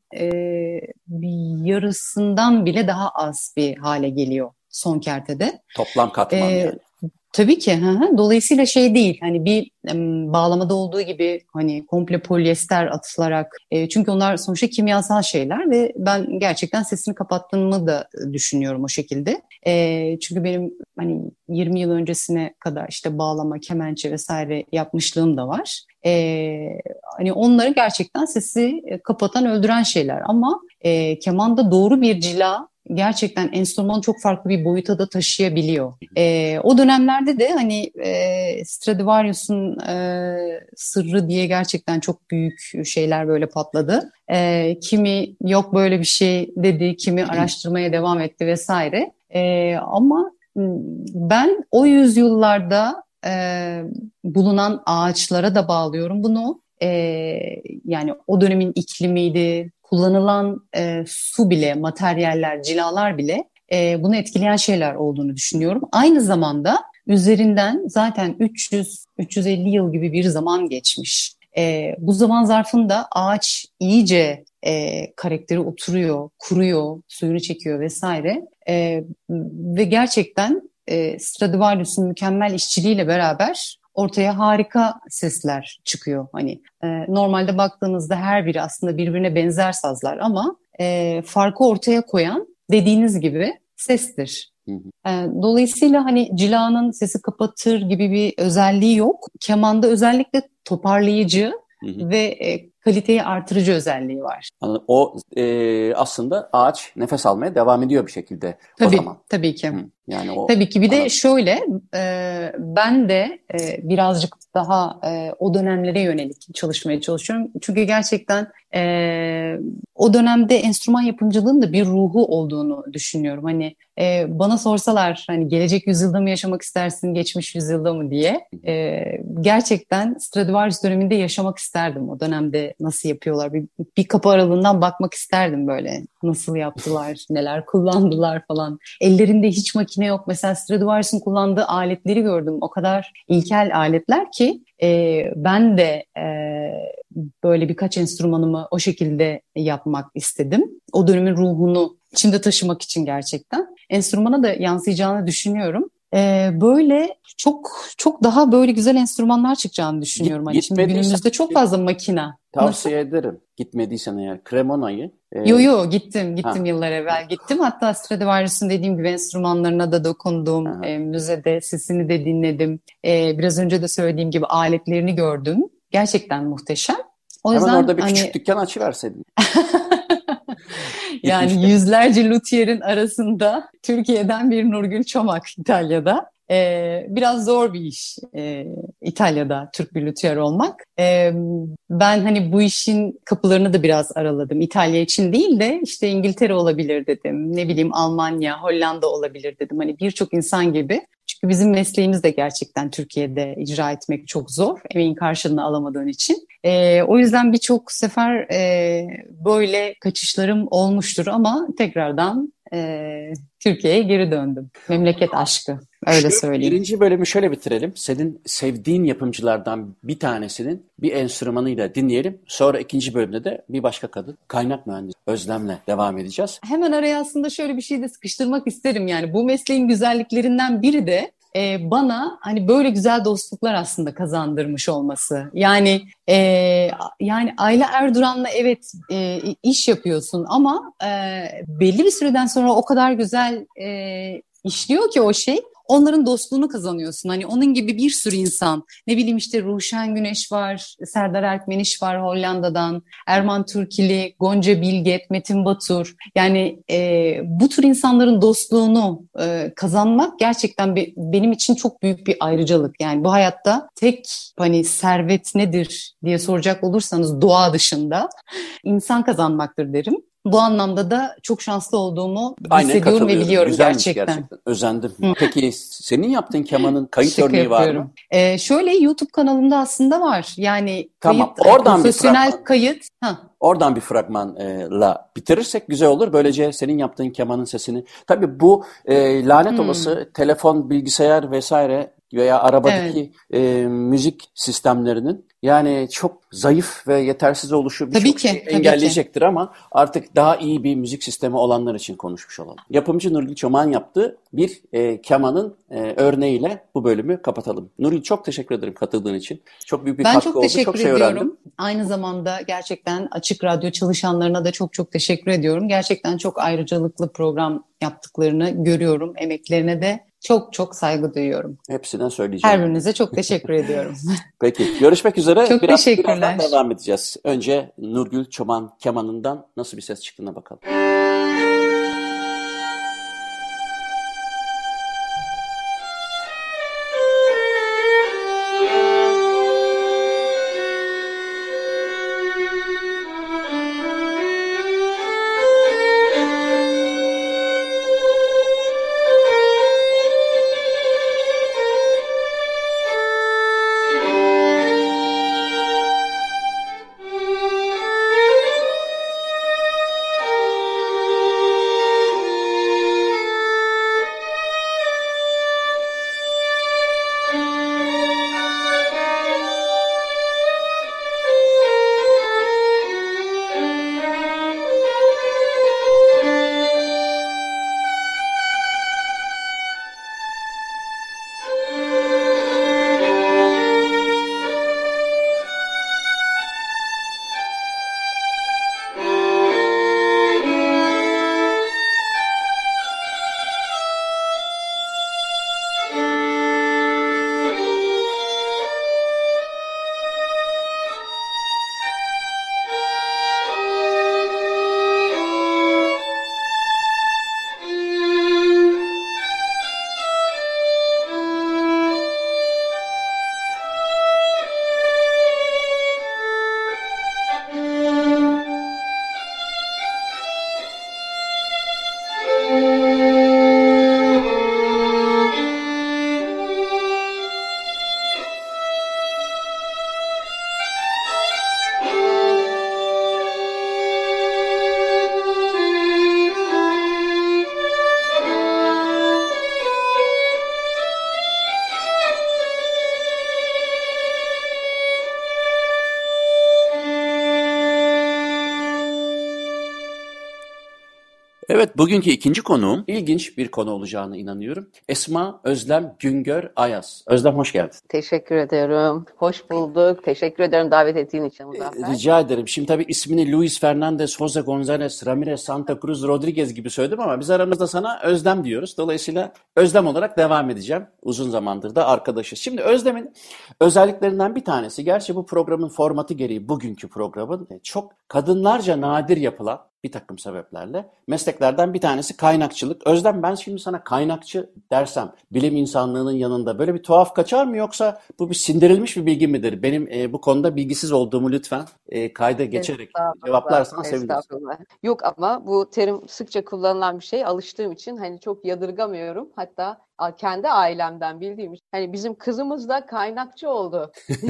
bir yarısından bile daha az bir hale geliyor son kertede. Toplam katman yani. Tabii ki. Dolayısıyla değil hani bir bağlamada olduğu gibi hani komple polyester atılarak çünkü onlar sonuçta kimyasal şeyler ve ben gerçekten sesini kapattığımı da düşünüyorum o şekilde. Çünkü benim hani 20 yıl öncesine kadar işte bağlama, kemençe vesaire yapmışlığım da var. Hani onları gerçekten sesi kapatan, öldüren şeyler ama kemanda doğru bir cila gerçekten enstrümanı çok farklı bir boyuta da taşıyabiliyor. O dönemlerde de hani Stradivarius'un sırrı diye gerçekten çok büyük şeyler böyle patladı. Kimi yok böyle bir şey dedi, kimi araştırmaya devam etti vesaire. Ama ben o yüzyıllarda bulunan ağaçlara da bağlıyorum bunu. Yani o dönemin iklimiydi, kullanılan su bile, materyaller, cilalar bile bunu etkileyen şeyler olduğunu düşünüyorum. Aynı zamanda üzerinden zaten 300-350 yıl gibi bir zaman geçmiş. Bu zaman zarfında ağaç iyice karakteri oturuyor, kuruyor, suyunu çekiyor vesaire. Ve gerçekten Stradivarius'un mükemmel işçiliğiyle beraber ortaya harika sesler çıkıyor. Hani normalde baktığınızda her biri aslında birbirine benzer sazlar ama farkı ortaya koyan dediğiniz gibi sestir. Dolayısıyla hani cilanın sesi kapatır gibi bir özelliği yok. Kemanda özellikle toparlayıcı ve kaliteyi artırıcı özelliği var. O aslında ağaç nefes almaya devam ediyor bir şekilde o zaman. Tabii ki. Yani tabii ki bir de şöyle ben de birazcık daha o dönemlere yönelik çalışmaya çalışıyorum. Çünkü gerçekten o dönemde enstrüman yapımcılığın da bir ruhu olduğunu düşünüyorum. Hani bana sorsalar hani gelecek yüzyılda mı yaşamak istersin, geçmiş yüzyılda mı diye gerçekten Stradivarius döneminde yaşamak isterdim. O dönemde nasıl yapıyorlar. Bir kapı aralığından bakmak isterdim böyle. Nasıl yaptılar, neler kullandılar falan. Ellerinde hiç makine yok. Mesela Stradivarius'un kullandığı aletleri gördüm. O kadar ilkel aletler ki ben de böyle birkaç enstrümanımı o şekilde yapmak istedim. O dönemin ruhunu içimde taşımak için gerçekten. Enstrümana da yansıyacağını düşünüyorum. Böyle çok daha böyle güzel enstrümanlar çıkacağını düşünüyorum. Hani şimdi günümüzde çok fazla makina. Tavsiye ederim. Gitmediysen eğer Cremona'yı. Yo gittim yıllar evvel gittim. Hatta Stradivarius'un dediğim gibi enstrümanlarına da dokundum. Müzede sesini de dinledim. Biraz önce de söylediğim gibi aletlerini gördüm. Gerçekten muhteşem. O Hemen yüzden orada bir küçük dükkan açıverseydin. Yani yüzlerce luthier'in arasında Türkiye'den bir Nurgül Çomak İtalya'da. Biraz zor bir iş İtalya'da Türk bir luthier olmak. Ben hani bu işin kapılarını da biraz araladım. İtalya için değil de işte İngiltere olabilir dedim. Ne bileyim Almanya, Hollanda olabilir dedim. Hani birçok insan gibi. Çünkü bizim mesleğimiz de gerçekten Türkiye'de icra etmek çok zor. Emeğin karşılığını alamadığın için. O yüzden birçok sefer böyle kaçışlarım olmuştur ama tekrardan Türkiye'ye geri döndüm. Memleket aşkı. Öyle söyleyeyim. Birinci bölümü şöyle bitirelim. Senin sevdiğin yapımcılardan bir tanesinin bir enstrümanıyla dinleyelim. Sonra ikinci bölümde de bir başka kadın, kaynak mühendisi Özlem'le devam edeceğiz. Hemen araya aslında şöyle bir şey de sıkıştırmak isterim. Yani bu mesleğin güzelliklerinden biri de bana hani böyle güzel dostluklar aslında kazandırmış olması. Yani Ayla Erduran'la evet iş yapıyorsun ama belli bir süreden sonra o kadar güzel işliyor ki o şey. Onların dostluğunu kazanıyorsun. Hani onun gibi bir sürü insan. Ne bileyim işte Ruşen Güneş var, Serdar Erkmeniş var Hollanda'dan, Erman Türkili, Gonca Bilget, Metin Batur. Yani bu tür insanların dostluğunu kazanmak gerçekten benim için çok büyük bir ayrıcalık. Yani bu hayatta tek hani servet nedir diye soracak olursanız doğa dışında insan kazanmaktır derim. Bu anlamda da çok şanslı olduğumu hissediyorum ve biliyorum. Güzelmiş gerçekten. Özendim. Peki senin yaptığın kemanın kayıt örneği var mı? Şöyle YouTube kanalımda aslında var. Yani tamam, kayıt, oradan profesyonel bir kayıt. Oradan bir fragmanla bitirirsek güzel olur. Böylece senin yaptığın kemanın sesini. Tabii bu lanet olası telefon, bilgisayar vesaire veya arabadaki müzik sistemlerinin yani çok zayıf ve yetersiz oluşu birçok şeyi engelleyecektir ama artık daha iyi bir müzik sistemi olanlar için konuşmuş olalım. Yapımcı Nurgül Çomak'ın yaptığı bir kemanın örneğiyle bu bölümü kapatalım. Nurgül çok teşekkür ederim katıldığın için. Çok büyük bir katkı oldu. Ben çok teşekkür ediyorum. Öğrendim. Aynı zamanda gerçekten Açık Radyo çalışanlarına da çok teşekkür ediyorum. Gerçekten çok ayrıcalıklı program yaptıklarını görüyorum. Emeklerine de çok saygı duyuyorum. Hepsinden söyleyeceğim. Her birinize çok teşekkür ediyorum. Peki, görüşmek üzere. Çok teşekkürler. Birazdan devam edeceğiz. Önce Nurgül Çomak'ın kemanından nasıl bir ses çıktığına bakalım. Evet, bugünkü ikinci konuğum ilginç bir konu olacağına inanıyorum. Esma Özlem Güngör Ayaz. Özlem, hoş geldin. Teşekkür ederim. Hoş bulduk. Teşekkür ederim davet ettiğin için Muzaffer. Rica ederim. Şimdi tabii ismini Luis Fernandez, Jose González, Ramirez, Santa Cruz, Rodriguez gibi söyledim ama biz aramızda sana Özlem diyoruz. Dolayısıyla Özlem olarak devam edeceğim. Uzun zamandır da arkadaşız. Şimdi Özlem'in özelliklerinden bir tanesi, gerçi bu programın formatı gereği bugünkü programın çok kadınlarca nadir yapılan bir takım sebeplerle mesleklerden bir tanesi kaynakçılık. Özlem, ben şimdi sana kaynakçı dersem bilim insanlığının yanında böyle bir tuhaf kaçar mı, yoksa bu bir sindirilmiş bir bilgi midir? Benim bu konuda bilgisiz olduğumu lütfen kayda geçerek cevaplarsan seviniriz. Yok, ama bu terim sıkça kullanılan bir şey. Alıştığım için hani çok yadırgamıyorum. Hatta kendi ailemden bildiğim için hani bizim kızımız da kaynakçı oldu.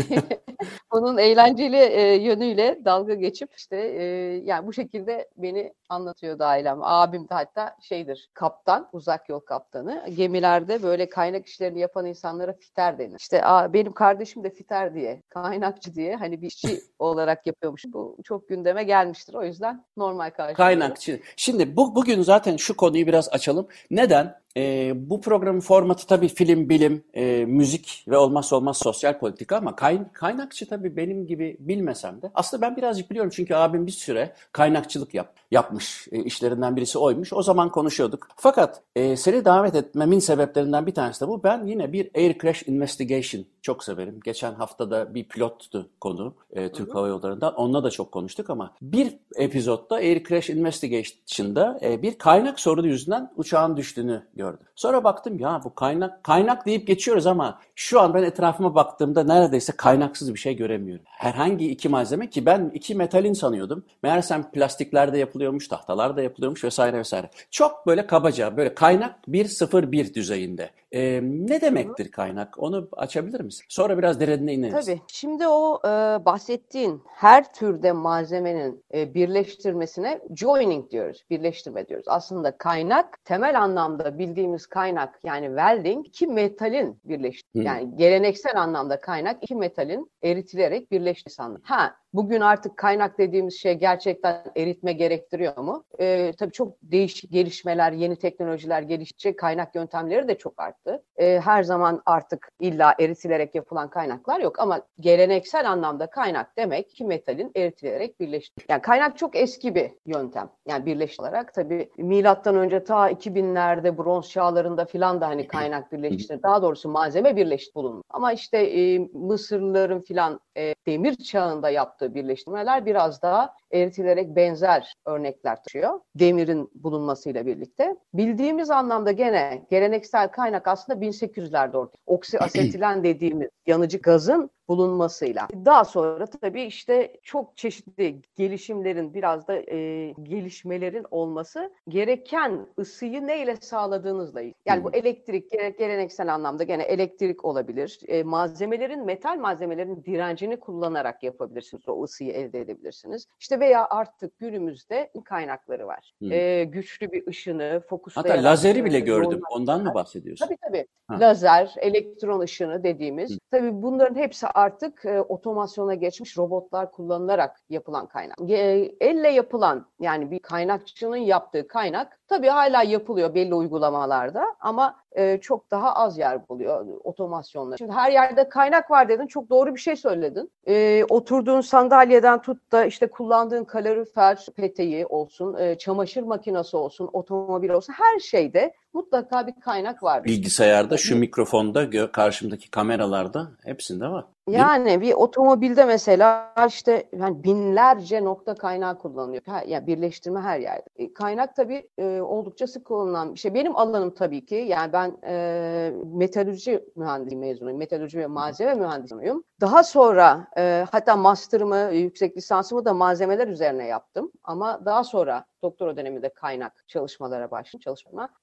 Onun eğlenceli yönüyle dalga geçip işte yani bu şekilde beni anlatıyordu ailem. Abim de hatta kaptan, uzak yol kaptanı. Gemilerde böyle kaynak işlerini yapan insanlara fiter denir. İşte benim kardeşim de fiter diye, kaynakçı diye hani bir işçi olarak yapıyormuş. Bu çok gündeme gelmiştir. O yüzden normal karşılığı. Kaynakçı. Şimdi bugün zaten şu konuyu biraz açalım. Neden? Bu programın formatı tabii film, bilim, müzik ve olmazsa olmaz sosyal politika, ama kaynakçı tabii benim gibi bilmesem de aslında ben birazcık biliyorum, çünkü abim bir süre kaynakçılık yapmış. İşlerinden birisi oymuş. O zaman konuşuyorduk. Fakat seni davet etmemin sebeplerinden bir tanesi de bu. Ben yine bir Air Crash Investigation çok severim. Geçen hafta da bir pilottu konu Türk Hava Yolları'ndan. Onunla da çok konuştuk ama bir epizodda Air Crash Investigation'da bir kaynak sorunu yüzünden uçağın düştüğünü gördüm. Sonra baktım, ya bu kaynak deyip geçiyoruz ama şu an ben etrafıma baktığımda neredeyse kaynaksız bir şey göremiyorum. Herhangi iki malzeme, ki ben iki metalin sanıyordum. Meğersem plastiklerde yapılıyormuş, tahtalarda yapılıyormuş vesaire vesaire. Çok böyle kabaca, böyle kaynak 101 düzeyinde. Ne demektir kaynak? Onu açabilir misin? Sonra biraz derinine ineriz. Tabii. Şimdi o bahsettiğin her türde malzemenin birleştirmesine joining diyoruz. Birleştirme diyoruz. Aslında kaynak, temel anlamda bildiğimiz kaynak, yani welding, iki metalin birleştirmesi. Yani geleneksel anlamda kaynak iki metalin eritilerek birleştirmesi anlamında. Bugün artık kaynak dediğimiz şey gerçekten eritme gerektiriyor mu? Tabii çok değişik gelişmeler, yeni teknolojiler geliştikçe kaynak yöntemleri de çok arttı. Her zaman artık illa eritilerek yapılan kaynaklar yok, ama geleneksel anlamda kaynak demek iki metalin eritilerek birleştirilmesi. Yani kaynak çok eski bir yöntem. Yani birleşik olarak tabii milattan önce ta 2000'lerde bronz çağlarında filan da hani kaynak birleştirildi. Daha doğrusu malzeme birleşti bulundu. Ama işte Mısırlıların filan demir çağında yaptığı birleştirmeler biraz daha eritilerek benzer örnekler taşıyor. Demirin bulunmasıyla birlikte. Bildiğimiz anlamda gene geleneksel kaynak aslında 1800'lerde ortaya. Oksiasetilen dediğimiz yanıcı gazın bulunmasıyla. Daha sonra tabii işte çok çeşitli gelişimlerin, biraz da gelişmelerin olması gereken ısıyı neyle sağladığınızla ilgili. Yani bu elektrik, geleneksel anlamda gene elektrik olabilir. Metal malzemelerin direncini kullanarak yapabilirsiniz. O ısıyı elde edebilirsiniz. İşte veya artık günümüzde kaynakları var. Güçlü bir ışını fokuslayarak. Hatta lazeri bile gördüm. Ondan mı bahsediyorsun? Tabii. Lazer, elektron ışını dediğimiz. Tabii bunların hepsi artık otomasyona geçmiş, robotlar kullanılarak yapılan kaynak. Elle yapılan, yani bir kaynakçının yaptığı kaynak tabii hala yapılıyor belli uygulamalarda, ama çok daha az yer buluyor otomasyonla. Şimdi her yerde kaynak var dedin, çok doğru bir şey söyledin. Oturduğun sandalyeden tut da işte kullandığın kalorifer peteği olsun, çamaşır makinesi olsun, otomobil olsun, her şeyde mutlaka bir kaynak var. Bilgisayarda, şu mikrofonda, karşımdaki kameralarda, hepsinde var. Yani bir otomobilde mesela işte yani binlerce nokta kaynağı kullanılıyor. Yani birleştirme her yerde. Kaynak tabii oldukça sık kullanılan bir şey. Benim alanım tabii ki, yani ben metalürji mühendisi mezunuyum. Metalürji ve malzeme mühendisiyim. Daha sonra hatta master'ımı, yüksek lisansımı da malzemeler üzerine yaptım. Ama daha sonra doktora döneminde kaynak çalışmalara başladım.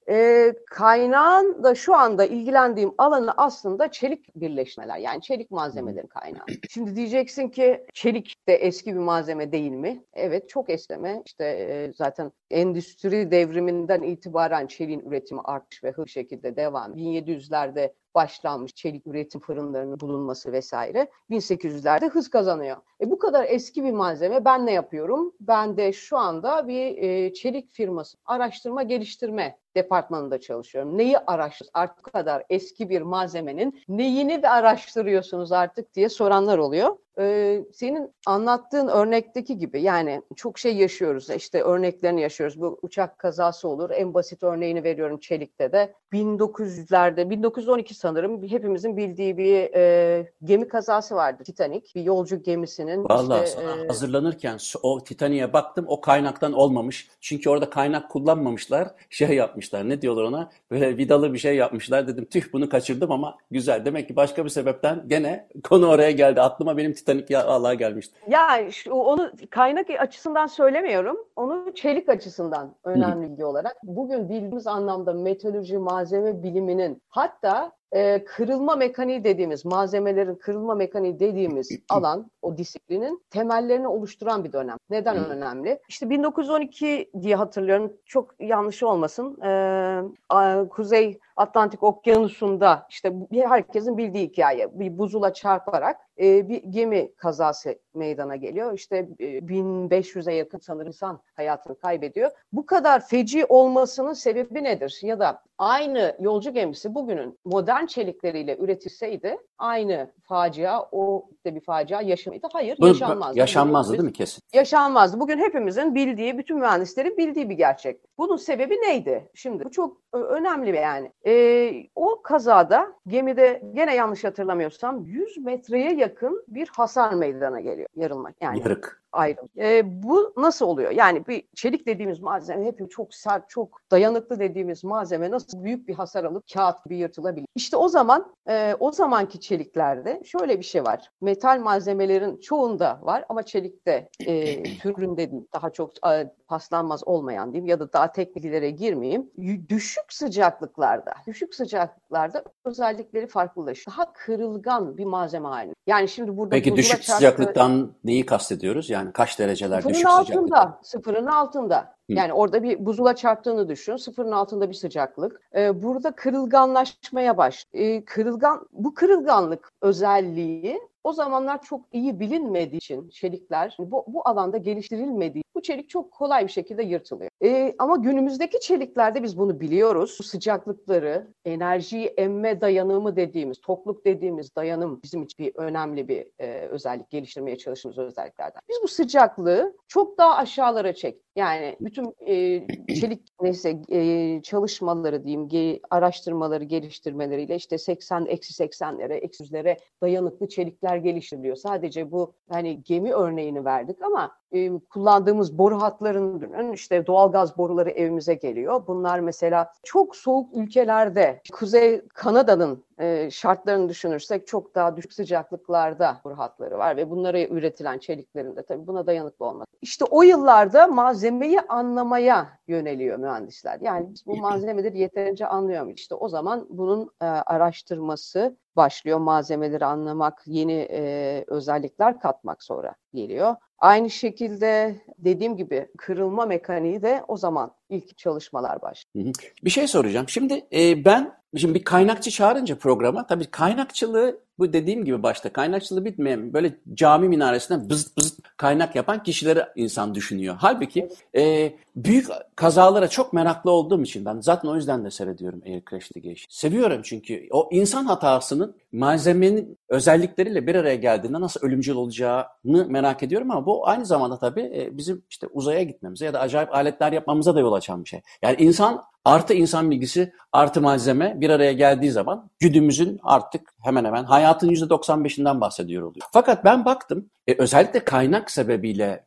Kaynağın da şu anda ilgilendiğim alanı aslında çelik birleşmeler. Yani çelik malzemelerin kaynağı. Şimdi diyeceksin ki çelik de eski bir malzeme değil mi? Evet, çok eski. İşte zaten endüstri devriminden itibaren çeliğin üretimi artmış ve hızlı şekilde devam. 1700'lerde başlanmış çelik üretim fırınlarının bulunması vesaire 1800'lerde hız kazanıyor. Bu kadar eski bir malzeme, ben ne yapıyorum? Ben de şu anda bir çelik firması araştırma geliştirme departmanında çalışıyorum. Neyi araştırıyorsunuz? Artık bu kadar eski bir malzemenin neyini de araştırıyorsunuz artık diye soranlar oluyor. Senin anlattığın örnekteki gibi yani çok şey yaşıyoruz. İşte örneklerini yaşıyoruz. Bu uçak kazası olur. En basit örneğini veriyorum çelikte de. 1900'lerde, 1912 sanırım hepimizin bildiği bir gemi kazası vardı. Titanic. Bir yolcu gemisinin. Vallahi sana hazırlanırken o Titanic'e baktım. O kaynaktan olmamış. Çünkü orada kaynak kullanmamışlar. Şey yapmışlar. Ne diyorlar ona? Böyle vidalı bir şey yapmışlar. Dedim tüh bunu kaçırdım ama güzel. Demek ki başka bir sebepten gene konu oraya geldi. Aklıma benim Titanic ya Allah gelmişti. Ya onu kaynak açısından söylemiyorum. Onu çelik açısından önemli bilgi olarak. Bugün bildiğimiz anlamda metalürji, malzeme biliminin hatta kırılma mekaniği dediğimiz, malzemelerin kırılma mekaniği dediğimiz alan, o disiplinin temellerini oluşturan bir dönem. Neden önemli? İşte 1912 diye hatırlıyorum. Çok yanlış olmasın. Kuzey Atlantik Okyanusu'nda işte herkesin bildiği hikaye. Bir buzula çarparak bir gemi kazası meydana geliyor. İşte 1500'e yakın sanırım insan hayatını kaybediyor. Bu kadar feci olmasının sebebi nedir? Ya da aynı yolcu gemisi bugünün modern çelikleriyle üretilseydi aynı facia, o da bir facia yaşamaydı. Hayır, yaşanmazdı. Yaşanmazdı değil mi kesin? Yaşanmazdı. Bugün hepimizin bildiği, bütün mühendislerin bildiği bir gerçek. Bunun sebebi neydi? Şimdi bu çok önemli yani. O kazada gemide gene yanlış hatırlamıyorsam 100 metreye yakın bir hasar meydana geliyor. Yarılma yani. Yarık. Ayrım. Bu nasıl oluyor? Yani bir çelik dediğimiz malzeme hep çok sert, çok dayanıklı dediğimiz malzeme nasıl büyük bir hasar alıp kağıt gibi yırtılabilir? İşte o zaman o zamanki çeliklerde şöyle bir şey var. Metal malzemelerin çoğunda var ama çelikte türünde değil. Daha çok paslanmaz olmayan diyeyim ya da daha tekniklere girmeyeyim. Düşük sıcaklıklarda özellikleri farklılaşıyor. Daha kırılgan bir malzeme haline. Yani şimdi burada peki düşük sıcaklıktan neyi kastediyoruz? Yani kaç dereceler düşük sıcaklıkta? Sıfırın altında. Yani orada bir buzula çarptığını düşün. Sıfırın altında bir sıcaklık. Burada kırılganlaşmaya başlıyor. Bu kırılganlık özelliği o zamanlar çok iyi bilinmediği için çelikler bu alanda geliştirilmediği bu çelik çok kolay bir şekilde yırtılıyor. Ama günümüzdeki çeliklerde biz bunu biliyoruz. Bu sıcaklıkları, enerjiyi emme dayanımı dediğimiz, tokluk dediğimiz dayanım bizim için bir önemli bir özellik, geliştirmeye çalıştığımız özelliklerden. Biz bu sıcaklığı çok daha aşağılara çektik. Yani bütün çelik çalışmaları diyeyim, araştırmaları, geliştirmeleriyle işte eksi 80'lere, eksi 100'lere dayanıklı çelikler geliştiriliyor. Sadece bu hani gemi örneğini verdik ama kullandığımız boru hatlarının işte doğalgaz boruları evimize geliyor. Bunlar mesela çok soğuk ülkelerde, Kuzey Kanada'nın şartlarını düşünürsek çok daha düşük sıcaklıklarda boru hatları var ve bunlara üretilen çeliklerin de tabii buna dayanıklı olması. İşte o yıllarda malzemeyi anlamaya yöneliyor mühendisler. Yani biz bu malzemeleri yeterince anlıyor muyuz? İşte o zaman bunun araştırması başlıyor. Malzemeleri anlamak, yeni özellikler katmak sonra geliyor. Aynı şekilde dediğim gibi kırılma mekaniği de o zaman ilk çalışmalar başlıyor. Bir şey soracağım. Şimdi Şimdi bir kaynakçı çağırınca programa tabii kaynakçılığı bu dediğim gibi başta kaynakçılığı bitmeyen böyle cami minaresinden bızıt bızıt kaynak yapan kişileri insan düşünüyor. Halbuki büyük kazalara çok meraklı olduğum için ben zaten o yüzden de seyrediyorum Air Crash Litigation. Seviyorum çünkü o insan hatasının malzemenin özellikleriyle bir araya geldiğinde nasıl ölümcül olacağını merak ediyorum ama bu aynı zamanda tabii bizim işte uzaya gitmemize ya da acayip aletler yapmamıza da yol açan bir şey. Yani insan bilgisi artı malzeme bir araya geldiği zaman güdümüzün artık hemen hemen hayatın %95'inden bahsediyor oluyor. Fakat ben baktım özellikle kaynak sebebiyle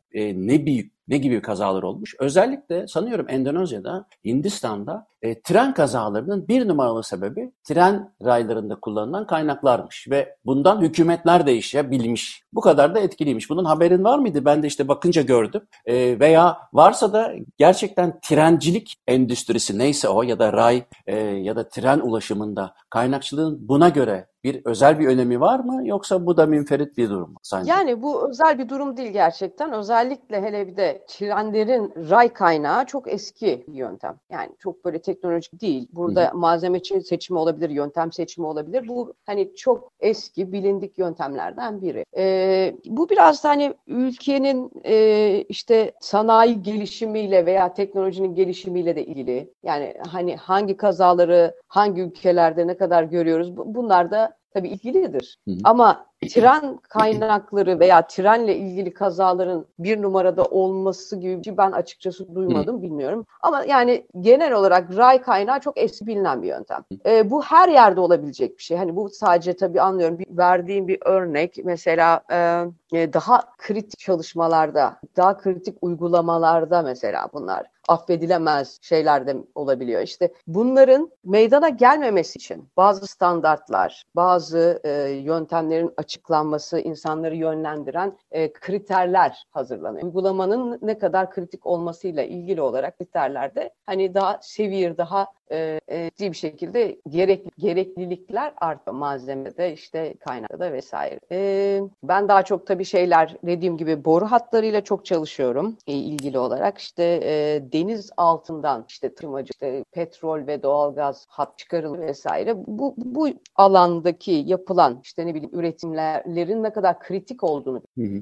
ne gibi kazalar olmuş. Özellikle sanıyorum Endonezya'da, Hindistan'da tren kazalarının bir numaralı sebebi tren raylarında kullanılan kaynaklarmış. Ve bundan hükümetler de bilmiş. Bu kadar da etkiliymiş. Bunun haberin var mıydı? Ben de işte bakınca gördüm. Veya varsa da gerçekten trencilik endüstrisi neyse o ya da ray ya da tren ulaşımında kaynakçılığın buna göre bir özel bir önemi var mı yoksa bu da münferit bir durum mu sence? Yani bu özel bir durum değil gerçekten. Özellikle hele bir de trenlerin ray kaynağı çok eski bir yöntem. Yani çok böyle teknolojik değil. Burada malzeme seçimi olabilir, yöntem seçimi olabilir. Bu hani çok eski bilindik yöntemlerden biri. Bu biraz da hani ülkenin işte sanayi gelişimiyle veya teknolojinin gelişimiyle de ilgili. Yani hani hangi kazaları hangi ülkelerde ne kadar görüyoruz, bunlar da tabii ilgilidir. Ama tren kaynakları veya trenle ilgili kazaların bir numarada olması gibi bir şey ben açıkçası duymadım, bilmiyorum. Ama yani genel olarak ray kaynağı çok eski bilinen bir yöntem. Bu her yerde olabilecek bir şey. Hani bu sadece tabii anlıyorum. Verdiğim bir örnek mesela daha kritik çalışmalarda, daha kritik uygulamalarda mesela bunlar affedilemez şeyler de olabiliyor. İşte bunların meydana gelmemesi için bazı standartlar, bazı yöntemlerin açıklanması, insanları yönlendiren kriterler hazırlanıyor. Uygulamanın ne kadar kritik olmasıyla ilgili olarak kriterlerde hani daha seviyeli, daha ciddi bir şekilde gereklilikler artıyor malzemede, işte kaynakta vesaire. Ben daha çok tabii şeyler dediğim gibi boru hatlarıyla çok çalışıyorum ilgili olarak. İşte deniz altından işte taşımacı, işte petrol ve doğalgaz hat çıkarılır vesaire. Bu alandaki yapılan işte ne bileyim üretimlerin ne kadar kritik olduğunu,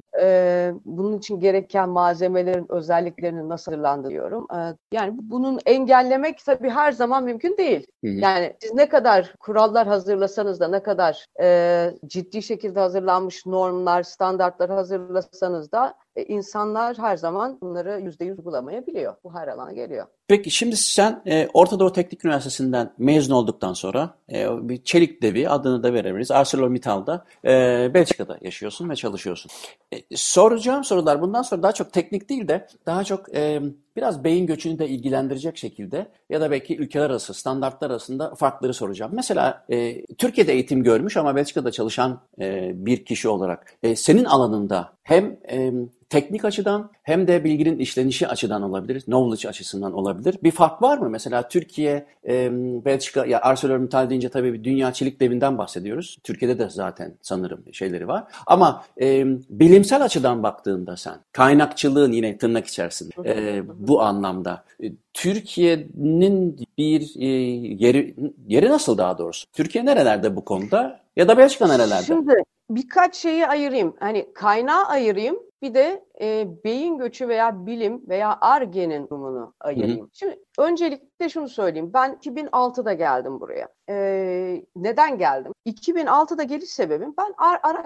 bunun için gereken malzemelerin özelliklerini nasıl hazırlandığını diyorum. Yani bunun engellemek tabii her zaman mümkün değil. Yani siz ne kadar kurallar hazırlasanız da, ne kadar ciddi şekilde hazırlanmış normlar, standartlar hazırlasanız da insanlar her zaman bunları %100 uygulamayabiliyor. Bu her alana geliyor. Peki şimdi sen Orta Doğu Teknik Üniversitesi'nden mezun olduktan sonra bir çelik devi, adını da verebiliriz, ArcelorMittal'da Belçika'da yaşıyorsun ve çalışıyorsun. Soracağım sorular bundan sonra daha çok teknik değil de daha çok biraz beyin göçünü de ilgilendirecek şekilde ya da belki ülkeler arası, standartlar arasında farkları soracağım. Mesela Türkiye'de eğitim görmüş ama Belçika'da çalışan bir kişi olarak senin alanında hem teknik açıdan hem de bilginin işlenişi açıdan olabilir, knowledge açısından olabilir. Bir fark var mı? Mesela Türkiye, Belçika, ya ArcelorMittal deyince tabii bir dünya çelik devinden bahsediyoruz. Türkiye'de de zaten sanırım şeyleri var. Ama bilimsel açıdan baktığında sen, kaynakçılığın yine tırnak içerisinde bu anlamda Türkiye'nin bir yeri nasıl daha doğrusu? Türkiye nerelerde bu konuda ya da Belçika nerelerde? Şimdi birkaç şeyi ayırayım. Hani kaynağı ayırayım. Bir de beyin göçü veya bilim veya Ar-Ge'nin durumunu ayırayım. Şimdi öncelikle şunu söyleyeyim. Ben 2006'da geldim buraya. Neden geldim? 2006'da geliş sebebim ben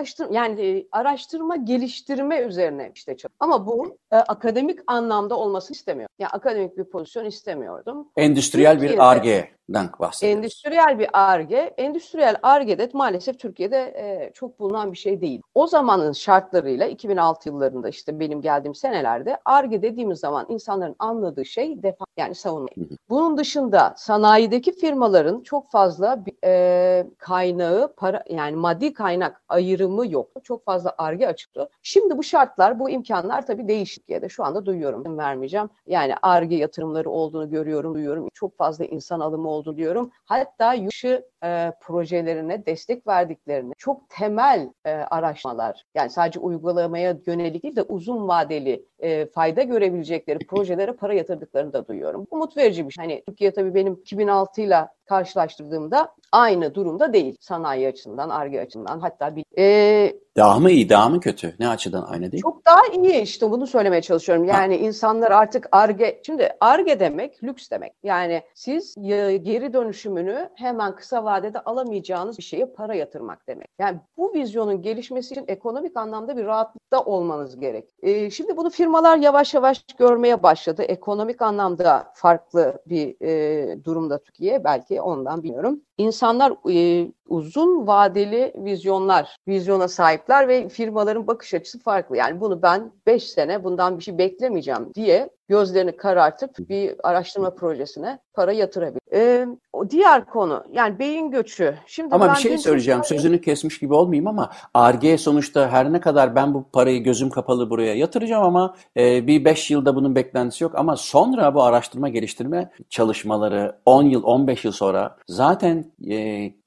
araştırma geliştirme üzerine işte çalıştım. Ama bu akademik anlamda olmasını istemiyorum. Yani akademik bir pozisyon istemiyordum. Endüstriyel bir Ar-Ge'den bahsediyoruz. Endüstriyel bir Ar-Ge. Endüstriyel Ar-Ge'de maalesef Türkiye'de çok bulunan bir şey değil. O zamanın şartlarıyla 2006 yıllarında işte benim geldiğim senelerde Ar-Ge dediğimiz zaman insanların anladığı şey yani savunma. Bunun dışında sanayideki firmaların çok fazla kaynağı, para, yani maddi kaynak ayrımı yoktu. Çok fazla Ar-Ge açıktı. Şimdi bu şartlar, bu imkanlar tabii değişik Türkiye'de. Şu anda duyuyorum, vermeyeceğim. Yani Ar-Ge yatırımları olduğunu görüyorum, duyuyorum. Çok fazla insan alımı olduğunu diyorum. Hatta yurt dışı projelerine destek verdiklerini, çok temel araştırmalar, yani sadece uygulamaya yönelik değil de uzun vadeli fayda görebilecekleri projelere para yatırdıklarını da duyuyorum. Umut verici bir şey. Hani Türkiye tabii benim 2006 ile karşılaştırdığımda aynı durumda değil. Sanayi açısından, Ar-Ge açısından, hatta daha mı iyi, daha mı kötü? Ne açıdan aynı değil? Çok daha iyi, işte bunu söylemeye çalışıyorum. Yani insanlar artık Ar-Ge, şimdi Ar-Ge demek lüks demek. Yani siz geri dönüşümünü hemen kısa vadede alamayacağınız bir şeye para yatırmak demek. Yani bu vizyonun gelişmesi için ekonomik anlamda bir rahatlıkta olmanız gerek. Şimdi bunu firmalar yavaş yavaş görmeye başladı. Ekonomik anlamda farklı bir durumda Türkiye, belki ondan bilmiyorum. İnsanlar uzun vadeli vizyona sahipler ve firmaların bakış açısı farklı. Yani bunu ben 5 sene bundan bir şey beklemeyeceğim diye gözlerini karartıp bir araştırma projesine para yatırabilir. O diğer konu, yani beyin göçü. Şimdi ama bir şey söyleyeceğim, sözünü kesmiş gibi olmayayım ama Ar-Ge sonuçta her ne kadar ben bu parayı gözüm kapalı buraya yatıracağım ama bir 5 yılda bunun beklentisi yok. Ama sonra bu araştırma geliştirme çalışmaları 10 yıl, 15 yıl sonra zaten kendini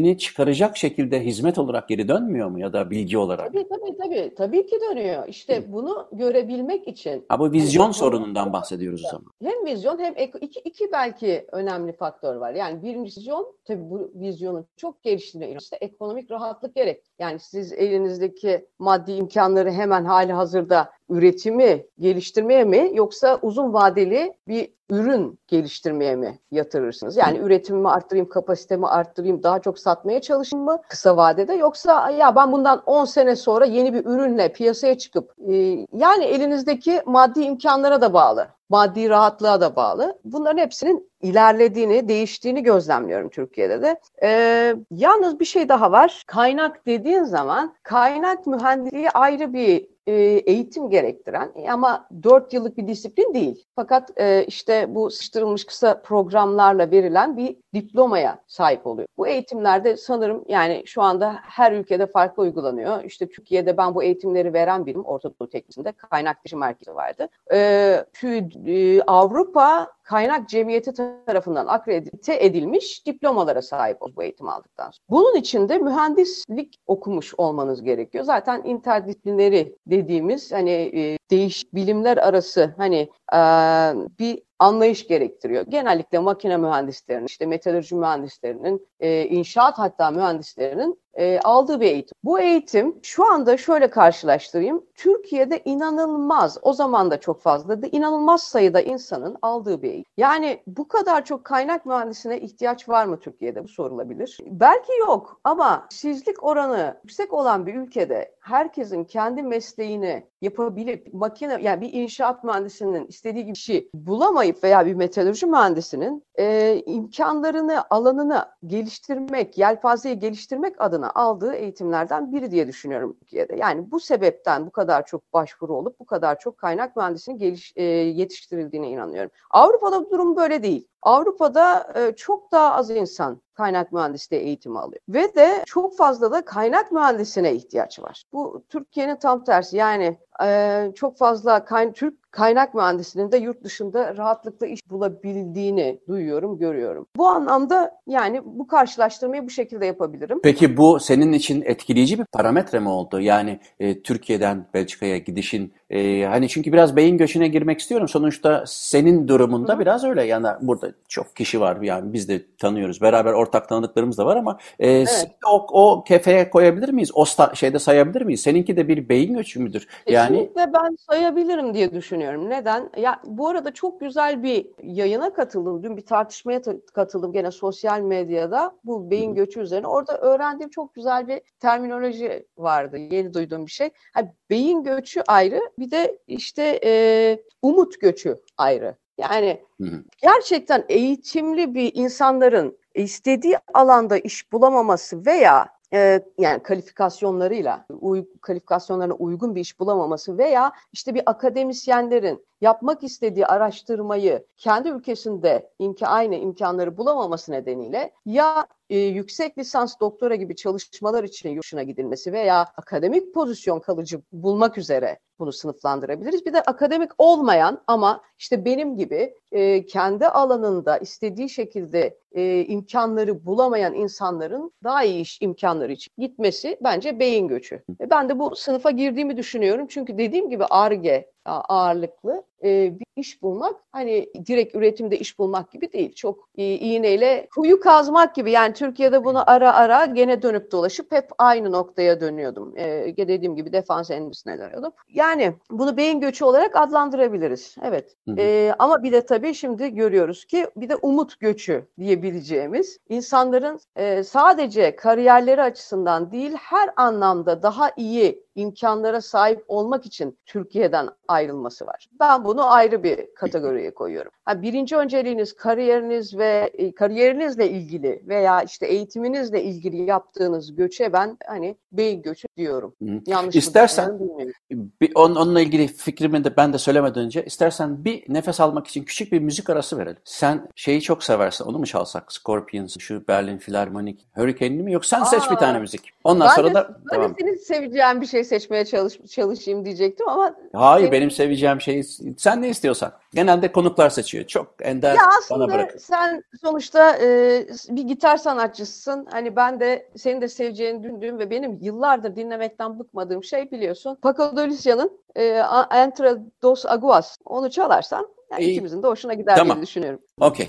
verimini çıkaracak şekilde hizmet olarak geri dönmüyor mu ya da bilgi olarak? Tabii ki dönüyor. İşte bunu görebilmek için. Ha, bu vizyon sorunundan bahsediyoruz o zaman. Hem vizyon hem iki belki önemli faktör var. Yani birinci vizyon, tabii bu vizyonu çok geliştirmek işte ekonomik rahatlık gerek. Yani siz elinizdeki maddi imkanları hemen hali hazırda üretimi geliştirmeye mi yoksa uzun vadeli bir ürün geliştirmeye mi yatırırsınız? Yani üretimimi arttırayım, kapasitemi arttırayım, daha çok satmaya çalışayım mı kısa vadede, yoksa ya ben bundan 10 sene sonra yeni bir ürünle piyasaya çıkıp yani elinizdeki maddi imkanlara da bağlı. Maddi rahatlığa da bağlı. Bunların hepsinin ilerlediğini, değiştiğini gözlemliyorum Türkiye'de de. Yalnız bir şey daha var. Kaynak dediğin zaman kaynak mühendisliği ayrı bir eğitim gerektiren ama 4 yıllık bir disiplin değil. Fakat işte bu sıkıştırılmış kısa programlarla verilen bir diplomaya sahip oluyor. Bu eğitimlerde sanırım yani şu anda her ülkede farklı uygulanıyor. İşte Türkiye'de ben bu eğitimleri veren birim Orta Doğu Teknisi'nde kaynak dışı merkezi vardı. Avrupa Kaynak Cemiyeti tarafından akredite edilmiş diplomalara sahip bu eğitim aldıktan sonra. Bunun için de mühendislik okumuş olmanız gerekiyor. Zaten interdisiplineri dediğimiz hani değişik bilimler arası hani bir anlayış gerektiriyor. Genellikle makine mühendislerinin, işte metalurji mühendislerinin, inşaat hatta mühendislerinin aldığı bir eğitim. Bu eğitim şu anda şöyle karşılaştırayım. Türkiye'de inanılmaz, o zaman da çok fazlaydı, inanılmaz sayıda insanın aldığı bir eğitim. Yani bu kadar çok kaynak mühendisine ihtiyaç var mı Türkiye'de? Bu sorulabilir. Belki yok ama işsizlik oranı yüksek olan bir ülkede herkesin kendi mesleğini yapabilip makine, yani bir inşaat mühendisinin istediği gibi bir şey bulamayıp veya bir metalurji mühendisinin imkanlarını, alanını geliştirmek, yelpazeyi geliştirmek adına aldığı eğitimlerden biri diye düşünüyorum Türkiye'de. Yani bu sebepten bu kadar çok başvuru olup bu kadar çok kaynak mühendisinin yetiştirildiğine inanıyorum. Avrupa'da bu durum böyle değil. Avrupa'da çok daha az insan kaynak mühendisliği eğitimi alıyor. Ve de çok fazla da kaynak mühendisine ihtiyaç var. Bu Türkiye'nin tam tersi. Yani çok fazla Türk kaynak mühendisinin de yurt dışında rahatlıkla iş bulabildiğini duyuyorum, görüyorum. Bu anlamda yani bu karşılaştırmayı bu şekilde yapabilirim. Peki bu senin için etkileyici bir parametre mi oldu? Yani Türkiye'den Belçika'ya gidişin hani çünkü biraz beyin göçüne girmek istiyorum. Sonuçta senin durumunda biraz öyle. Yani burada çok kişi var. Yani biz de tanıyoruz. Beraber ortak tanıdıklarımız da var ama Evet. o kefeye koyabilir miyiz? O şeyde sayabilir miyiz? Seninki de bir beyin göçü müdür? Yani Kesinlikle ben sayabilirim diye düşünüyorum. Neden? Ya bu arada çok güzel bir yayına katıldım. Dün bir tartışmaya katıldım gene sosyal medyada. Bu beyin göçü üzerine. Orada öğrendiğim çok güzel bir terminoloji vardı. Yeni duyduğum bir şey. Yani beyin göçü ayrı. Bir de işte umut göçü ayrı. Yani gerçekten eğitimli bir insanların istediği alanda iş bulamaması veya yani kalifikasyonlarına uygun bir iş bulamaması veya işte bir akademisyenlerin yapmak istediği araştırmayı kendi ülkesinde aynı imkanları bulamaması nedeniyle ya yüksek lisans doktora gibi çalışmalar için yurt dışına gidilmesi veya akademik pozisyon kalıcı bulmak üzere bunu sınıflandırabiliriz. Bir de akademik olmayan ama işte benim gibi kendi alanında istediği şekilde imkanları bulamayan insanların daha iyi iş imkanları için gitmesi bence beyin göçü. Ben de bu sınıfa girdiğimi düşünüyorum. Çünkü dediğim gibi Ar-Ge ağırlıklı bir iş bulmak hani direkt üretimde iş bulmak gibi değil. Çok iğneyle kuyu kazmak gibi. Yani Türkiye'de bunu ara ara gene dönüp dolaşıp hep aynı noktaya dönüyordum. Dediğim gibi defans endüstrisine dönüyordum. Yani bunu beyin göçü olarak adlandırabiliriz. Evet. Ama bir de tabii şimdi görüyoruz ki bir de umut göçü diyebileceğimiz insanların sadece kariyerleri açısından değil her anlamda daha iyi imkanlara sahip olmak için Türkiye'den ayrılması var. Ben bunu ayrı bir kategoriye koyuyorum. Birinci önceliğiniz kariyeriniz ve kariyerinizle ilgili veya işte eğitiminizle ilgili yaptığınız göçe ben hani beyin göçü diyorum. Yanlış İstersen bilmiyorum. onunla ilgili fikrimi de ben de söylemeden önce istersen bir nefes almak için küçük bir müzik arası verelim. Sen şeyi çok seversin. Onu mu çalsak? Scorpions, şu Berlin Filarmonik, Hurricane'i mi? Yok sen seç bir tane müzik. Ondan sonra da Ben de senin seveceğin bir şey seçmeye çalışayım diyecektim ama... Hayır, benim seveceğim şeyi sen ne istiyorsan. Genelde konuklar seçiyor. Çok ender Ya bana bırak. aslında sen sonuçta bir gitar sanatçısın. Hani ben de senin de seveceğini düşündüğüm ve benim yıllardır dinlemekten bıkmadığım şey biliyorsun. Paco de Lucia'nın Entre dos Aguas. Onu çalarsan yani ikimizin de hoşuna gider Tamam. diye düşünüyorum. Okey.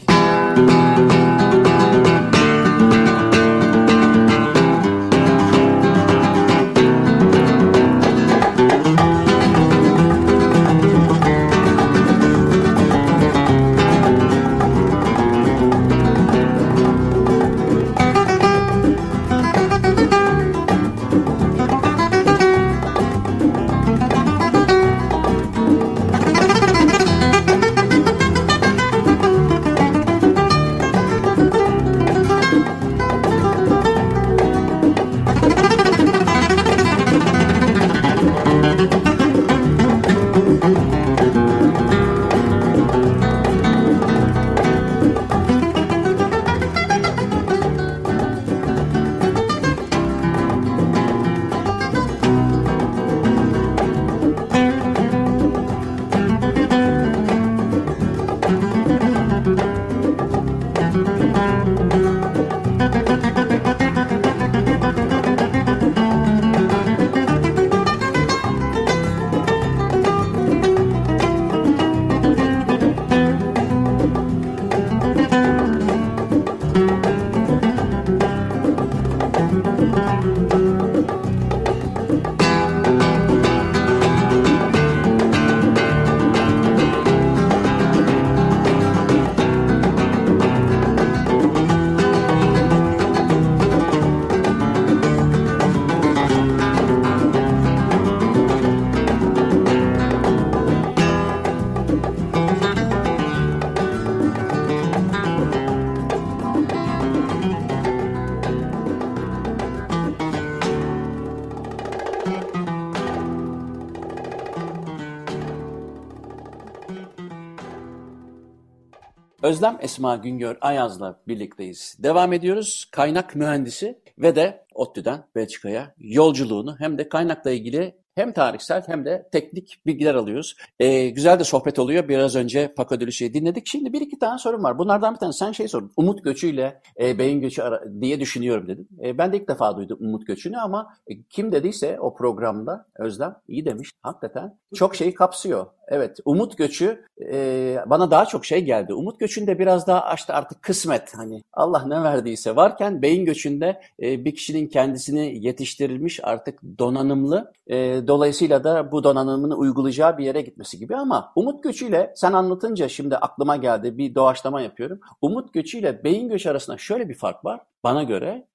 Özlem Esma Güngör Ayaz'la birlikteyiz. Devam ediyoruz. Kaynak mühendisi ve de ODTÜ'den Belçika'ya yolculuğunu hem de kaynakla ilgili hem tarihsel hem de teknik bilgiler alıyoruz. Güzel de sohbet oluyor. Biraz önce Paco de Lucia'yı dinledik. Şimdi bir iki tane sorum var. Bunlardan bir tanesi sen sordun. Umut göçüyle beyin göçü diye düşünüyorum dedin. Ben de ilk defa duydum umut göçünü ama kim dediyse o programda Özlem iyi demiş. Hakikaten çok şeyi kapsıyor. Evet, umut göçü bana daha çok şey geldi. Umut göçünde biraz daha işte artık kısmet, hani Allah ne verdiyse varken beyin göçünde bir kişinin kendisini yetiştirilmiş artık donanımlı, dolayısıyla da bu donanımını uygulayacağı bir yere gitmesi gibi. Ama umut göçüyle sen anlatınca şimdi aklıma geldi, bir doğaçlama yapıyorum. Umut göçüyle beyin göçü arasında şöyle bir fark var. Bana göre,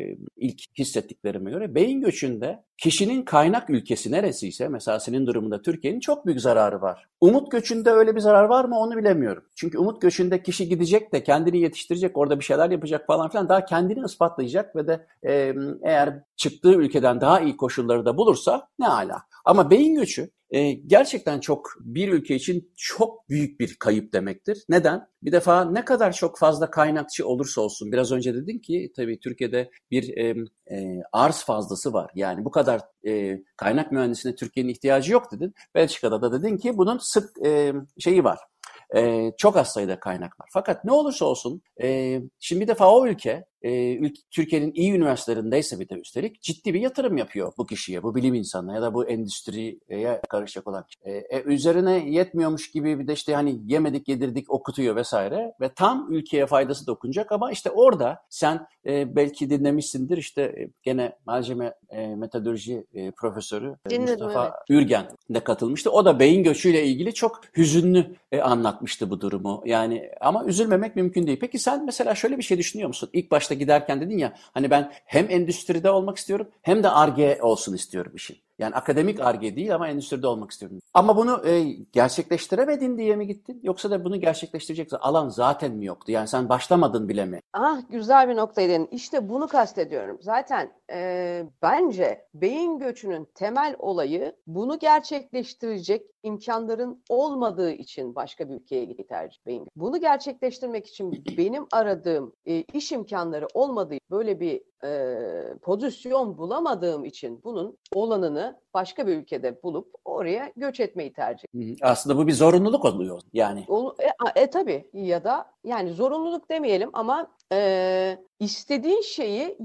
ilk hissettiklerime göre beyin göçünde kişinin kaynak ülkesi neresiyse, mesela senin durumunda Türkiye'nin çok büyük zararı var. Umut göçünde öyle bir zarar var mı onu bilemiyorum. Çünkü umut göçünde kişi gidecek de kendini yetiştirecek, orada bir şeyler yapacak falan filan, daha kendini ispatlayacak ve de eğer çıktığı ülkeden daha iyi koşulları da bulursa ne ala. Ama beyin göçü gerçekten çok, bir ülke için çok büyük bir kayıp demektir. Neden? Bir defa ne kadar çok fazla kaynakçı olursa olsun, biraz önce dedin ki tabii Türkiye'de bir arz fazlası var. Yani bu kadar kaynak mühendisine Türkiye'nin ihtiyacı yok dedin. Belçika'da da dedin ki bunun sık şeyi var. Çok az sayıda kaynak var. Fakat ne olursa olsun şimdi bir defa o ülke Türkiye'nin iyi üniversitelerindeyse bir de üstelik ciddi bir yatırım yapıyor bu kişiye, bu bilim insanına ya da bu endüstriye karışacak olan kişi. Üzerine yetmiyormuş gibi bir de işte hani yemedik yedirdik okutuyor vesaire ve tam ülkeye faydası dokunacak ama işte orada sen belki dinlemişsindir, işte gene malzeme metodoloji profesörü Mustafa Evet. Ürgen de katılmıştı. O da beyin göçüyle ilgili çok hüzünlü anlatmıştı bu durumu. Yani ama üzülmemek mümkün değil. Peki sen mesela şöyle bir şey düşünüyor musun? İlk başta giderken dedin ya, hani ben hem endüstride olmak istiyorum hem de Ar-Ge olsun istiyorum işin. Yani akademik Ar-Ge değil ama endüstride olmak istiyorum. Ama bunu gerçekleştiremedin diye mi gittin? Yoksa da bunu gerçekleştirecek alan zaten mi yoktu? Yani sen başlamadın bile mi? Güzel bir noktaydı. İşte bunu kastediyorum. Zaten bence beyin göçünün temel olayı bunu gerçekleştirecek imkanların olmadığı için başka bir ülkeye gitmeyi tercih beyin. Bunu gerçekleştirmek için benim aradığım iş imkanları olmadığı, böyle bir pozisyon bulamadığım için bunun olanını başka bir ülkede bulup oraya göç etmeyi tercih ettim. Aslında bu bir zorunluluk oluyor yani. Tabii, ya da yani zorunluluk demeyelim ama istediğin şeyi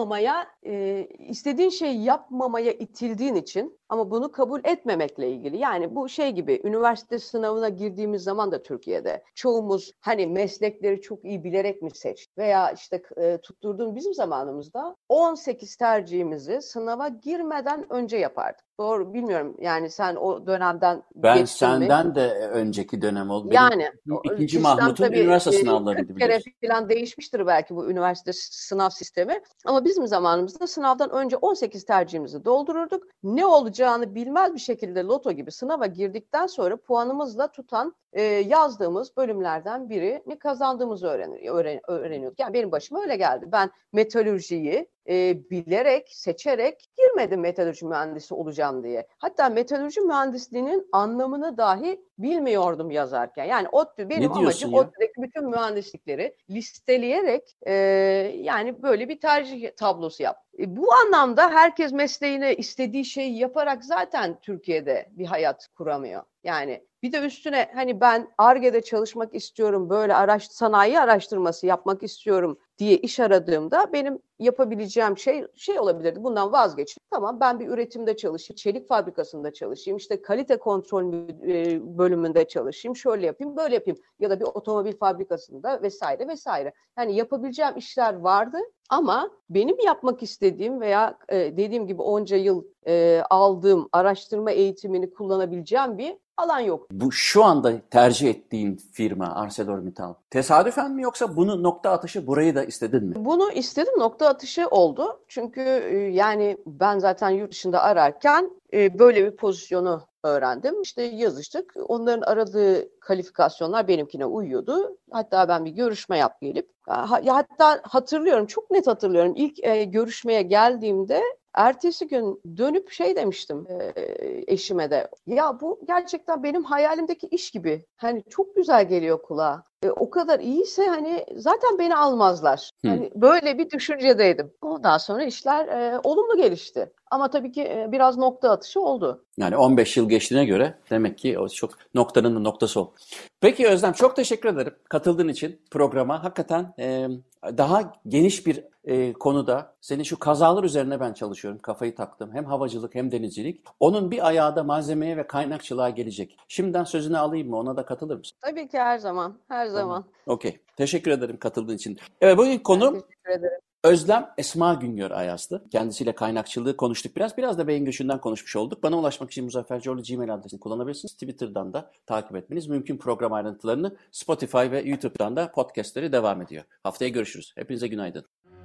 yapmamaya itildiğin için, ama bunu kabul etmemekle ilgili. Yani bu şey gibi, üniversite sınavına girdiğimiz zaman da Türkiye'de çoğumuz hani meslekleri çok iyi bilerek mi seçtik veya işte tutturduğum bizim zamanımızda 18 tercihimizi sınava girmeden önce yapardık. Doğru, bilmiyorum yani sen o dönemden ben geçtin mi? senden de önceki dönem oldu. Yani İkinci Mahmut'un üniversite sınavlarıydı 40 kere biliyorsun. falan değişmiştir belki bu üniversite sınav sistemi. Ama bizim zamanımızda sınavdan önce 18 tercihimizi doldururduk. Ne olacağını bilmez bir şekilde loto gibi sınava girdikten sonra puanımızla tutan yazdığımız bölümlerden birini kazandığımızı öğreniyorduk. Yani benim başıma öyle geldi. Ben metalürjiyi bilerek, seçerek girmedim metalürji mühendisi olacağım diye. Hatta metalürji mühendisliğinin anlamını dahi bilmiyordum yazarken. Yani benim amacım ODTÜ'deki bütün mühendislikleri listeleyerek yani böyle bir tercih tablosu yap. Bu anlamda herkes mesleğine istediği şeyi yaparak zaten Türkiye'de bir hayat kuramıyor. Yani bir de üstüne hani ben Ar-Ge'de çalışmak istiyorum, böyle sanayi araştırması yapmak istiyorum diye iş aradığımda benim yapabileceğim şey olabilirdi. Bundan vazgeçtim. Tamam, ben bir üretimde çalışayım, çelik fabrikasında çalışayım, işte kalite kontrol bölümünde çalışayım, şöyle yapayım, böyle yapayım ya da bir otomobil fabrikasında vesaire vesaire. Yani yapabileceğim işler vardı ama benim yapmak istediğim veya dediğim gibi onca yıl aldığım araştırma eğitimini kullanabileceğim bir alan yok. Bu şu anda tercih ettiğin firma ArcelorMittal tesadüfen mi yoksa bunu nokta atışı burayı da istedin mi? Bunu istedim, nokta atışı oldu. Çünkü yani ben zaten yurt dışında ararken böyle bir pozisyonu öğrendim. İşte yazıştık. Onların aradığı kalifikasyonlar benimkine uyuyordu. Hatta ben bir görüşme gelip. Hatta hatırlıyorum, çok net hatırlıyorum. İlk görüşmeye geldiğimde ertesi gün dönüp demiştim eşime de. Ya bu gerçekten benim hayalimdeki iş gibi. Hani çok güzel geliyor kulağa. O kadar iyiyse hani zaten beni almazlar. Hani böyle bir düşüncedeydim. Ondan sonra işler olumlu gelişti. Ama tabii ki biraz nokta atışı oldu. Yani 15 yıl geçtiğine göre demek ki o çok noktanın da noktası o. Peki Özlem, çok teşekkür ederim katıldığın için programa. Hakikaten daha geniş bir konuda senin şu kazalar üzerine ben çalışıyorum. Kafayı taktım. Hem havacılık hem denizcilik. Onun bir ayağı da malzemeye ve kaynakçılığa gelecek. Şimdiden sözünü alayım mı? Ona da katılır mısın? Tabii ki, her zaman. Her zaman. Okey. Teşekkür ederim katıldığın için. Evet, bugün konu teşekkür ederim. Özlem Esma Güngör Ayazlı. Kendisiyle kaynakçılığı konuştuk biraz. Biraz da beyin göçünden konuşmuş olduk. Bana ulaşmak için Muzaffer.Coğlu Gmail adresini kullanabilirsiniz. Twitter'dan da takip etmeniz mümkün. Program ayrıntılarını Spotify ve YouTube'dan da podcastleri devam ediyor. Haftaya görüşürüz. Hepinize günaydın.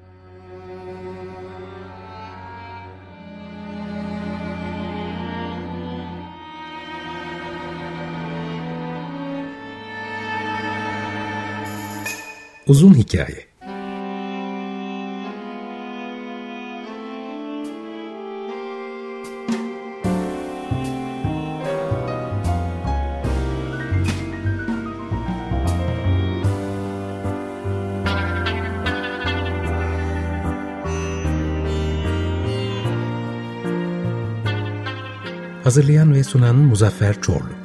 Uzun hikaye. Hazırlayan ve sunan Muzaffer Çorlu.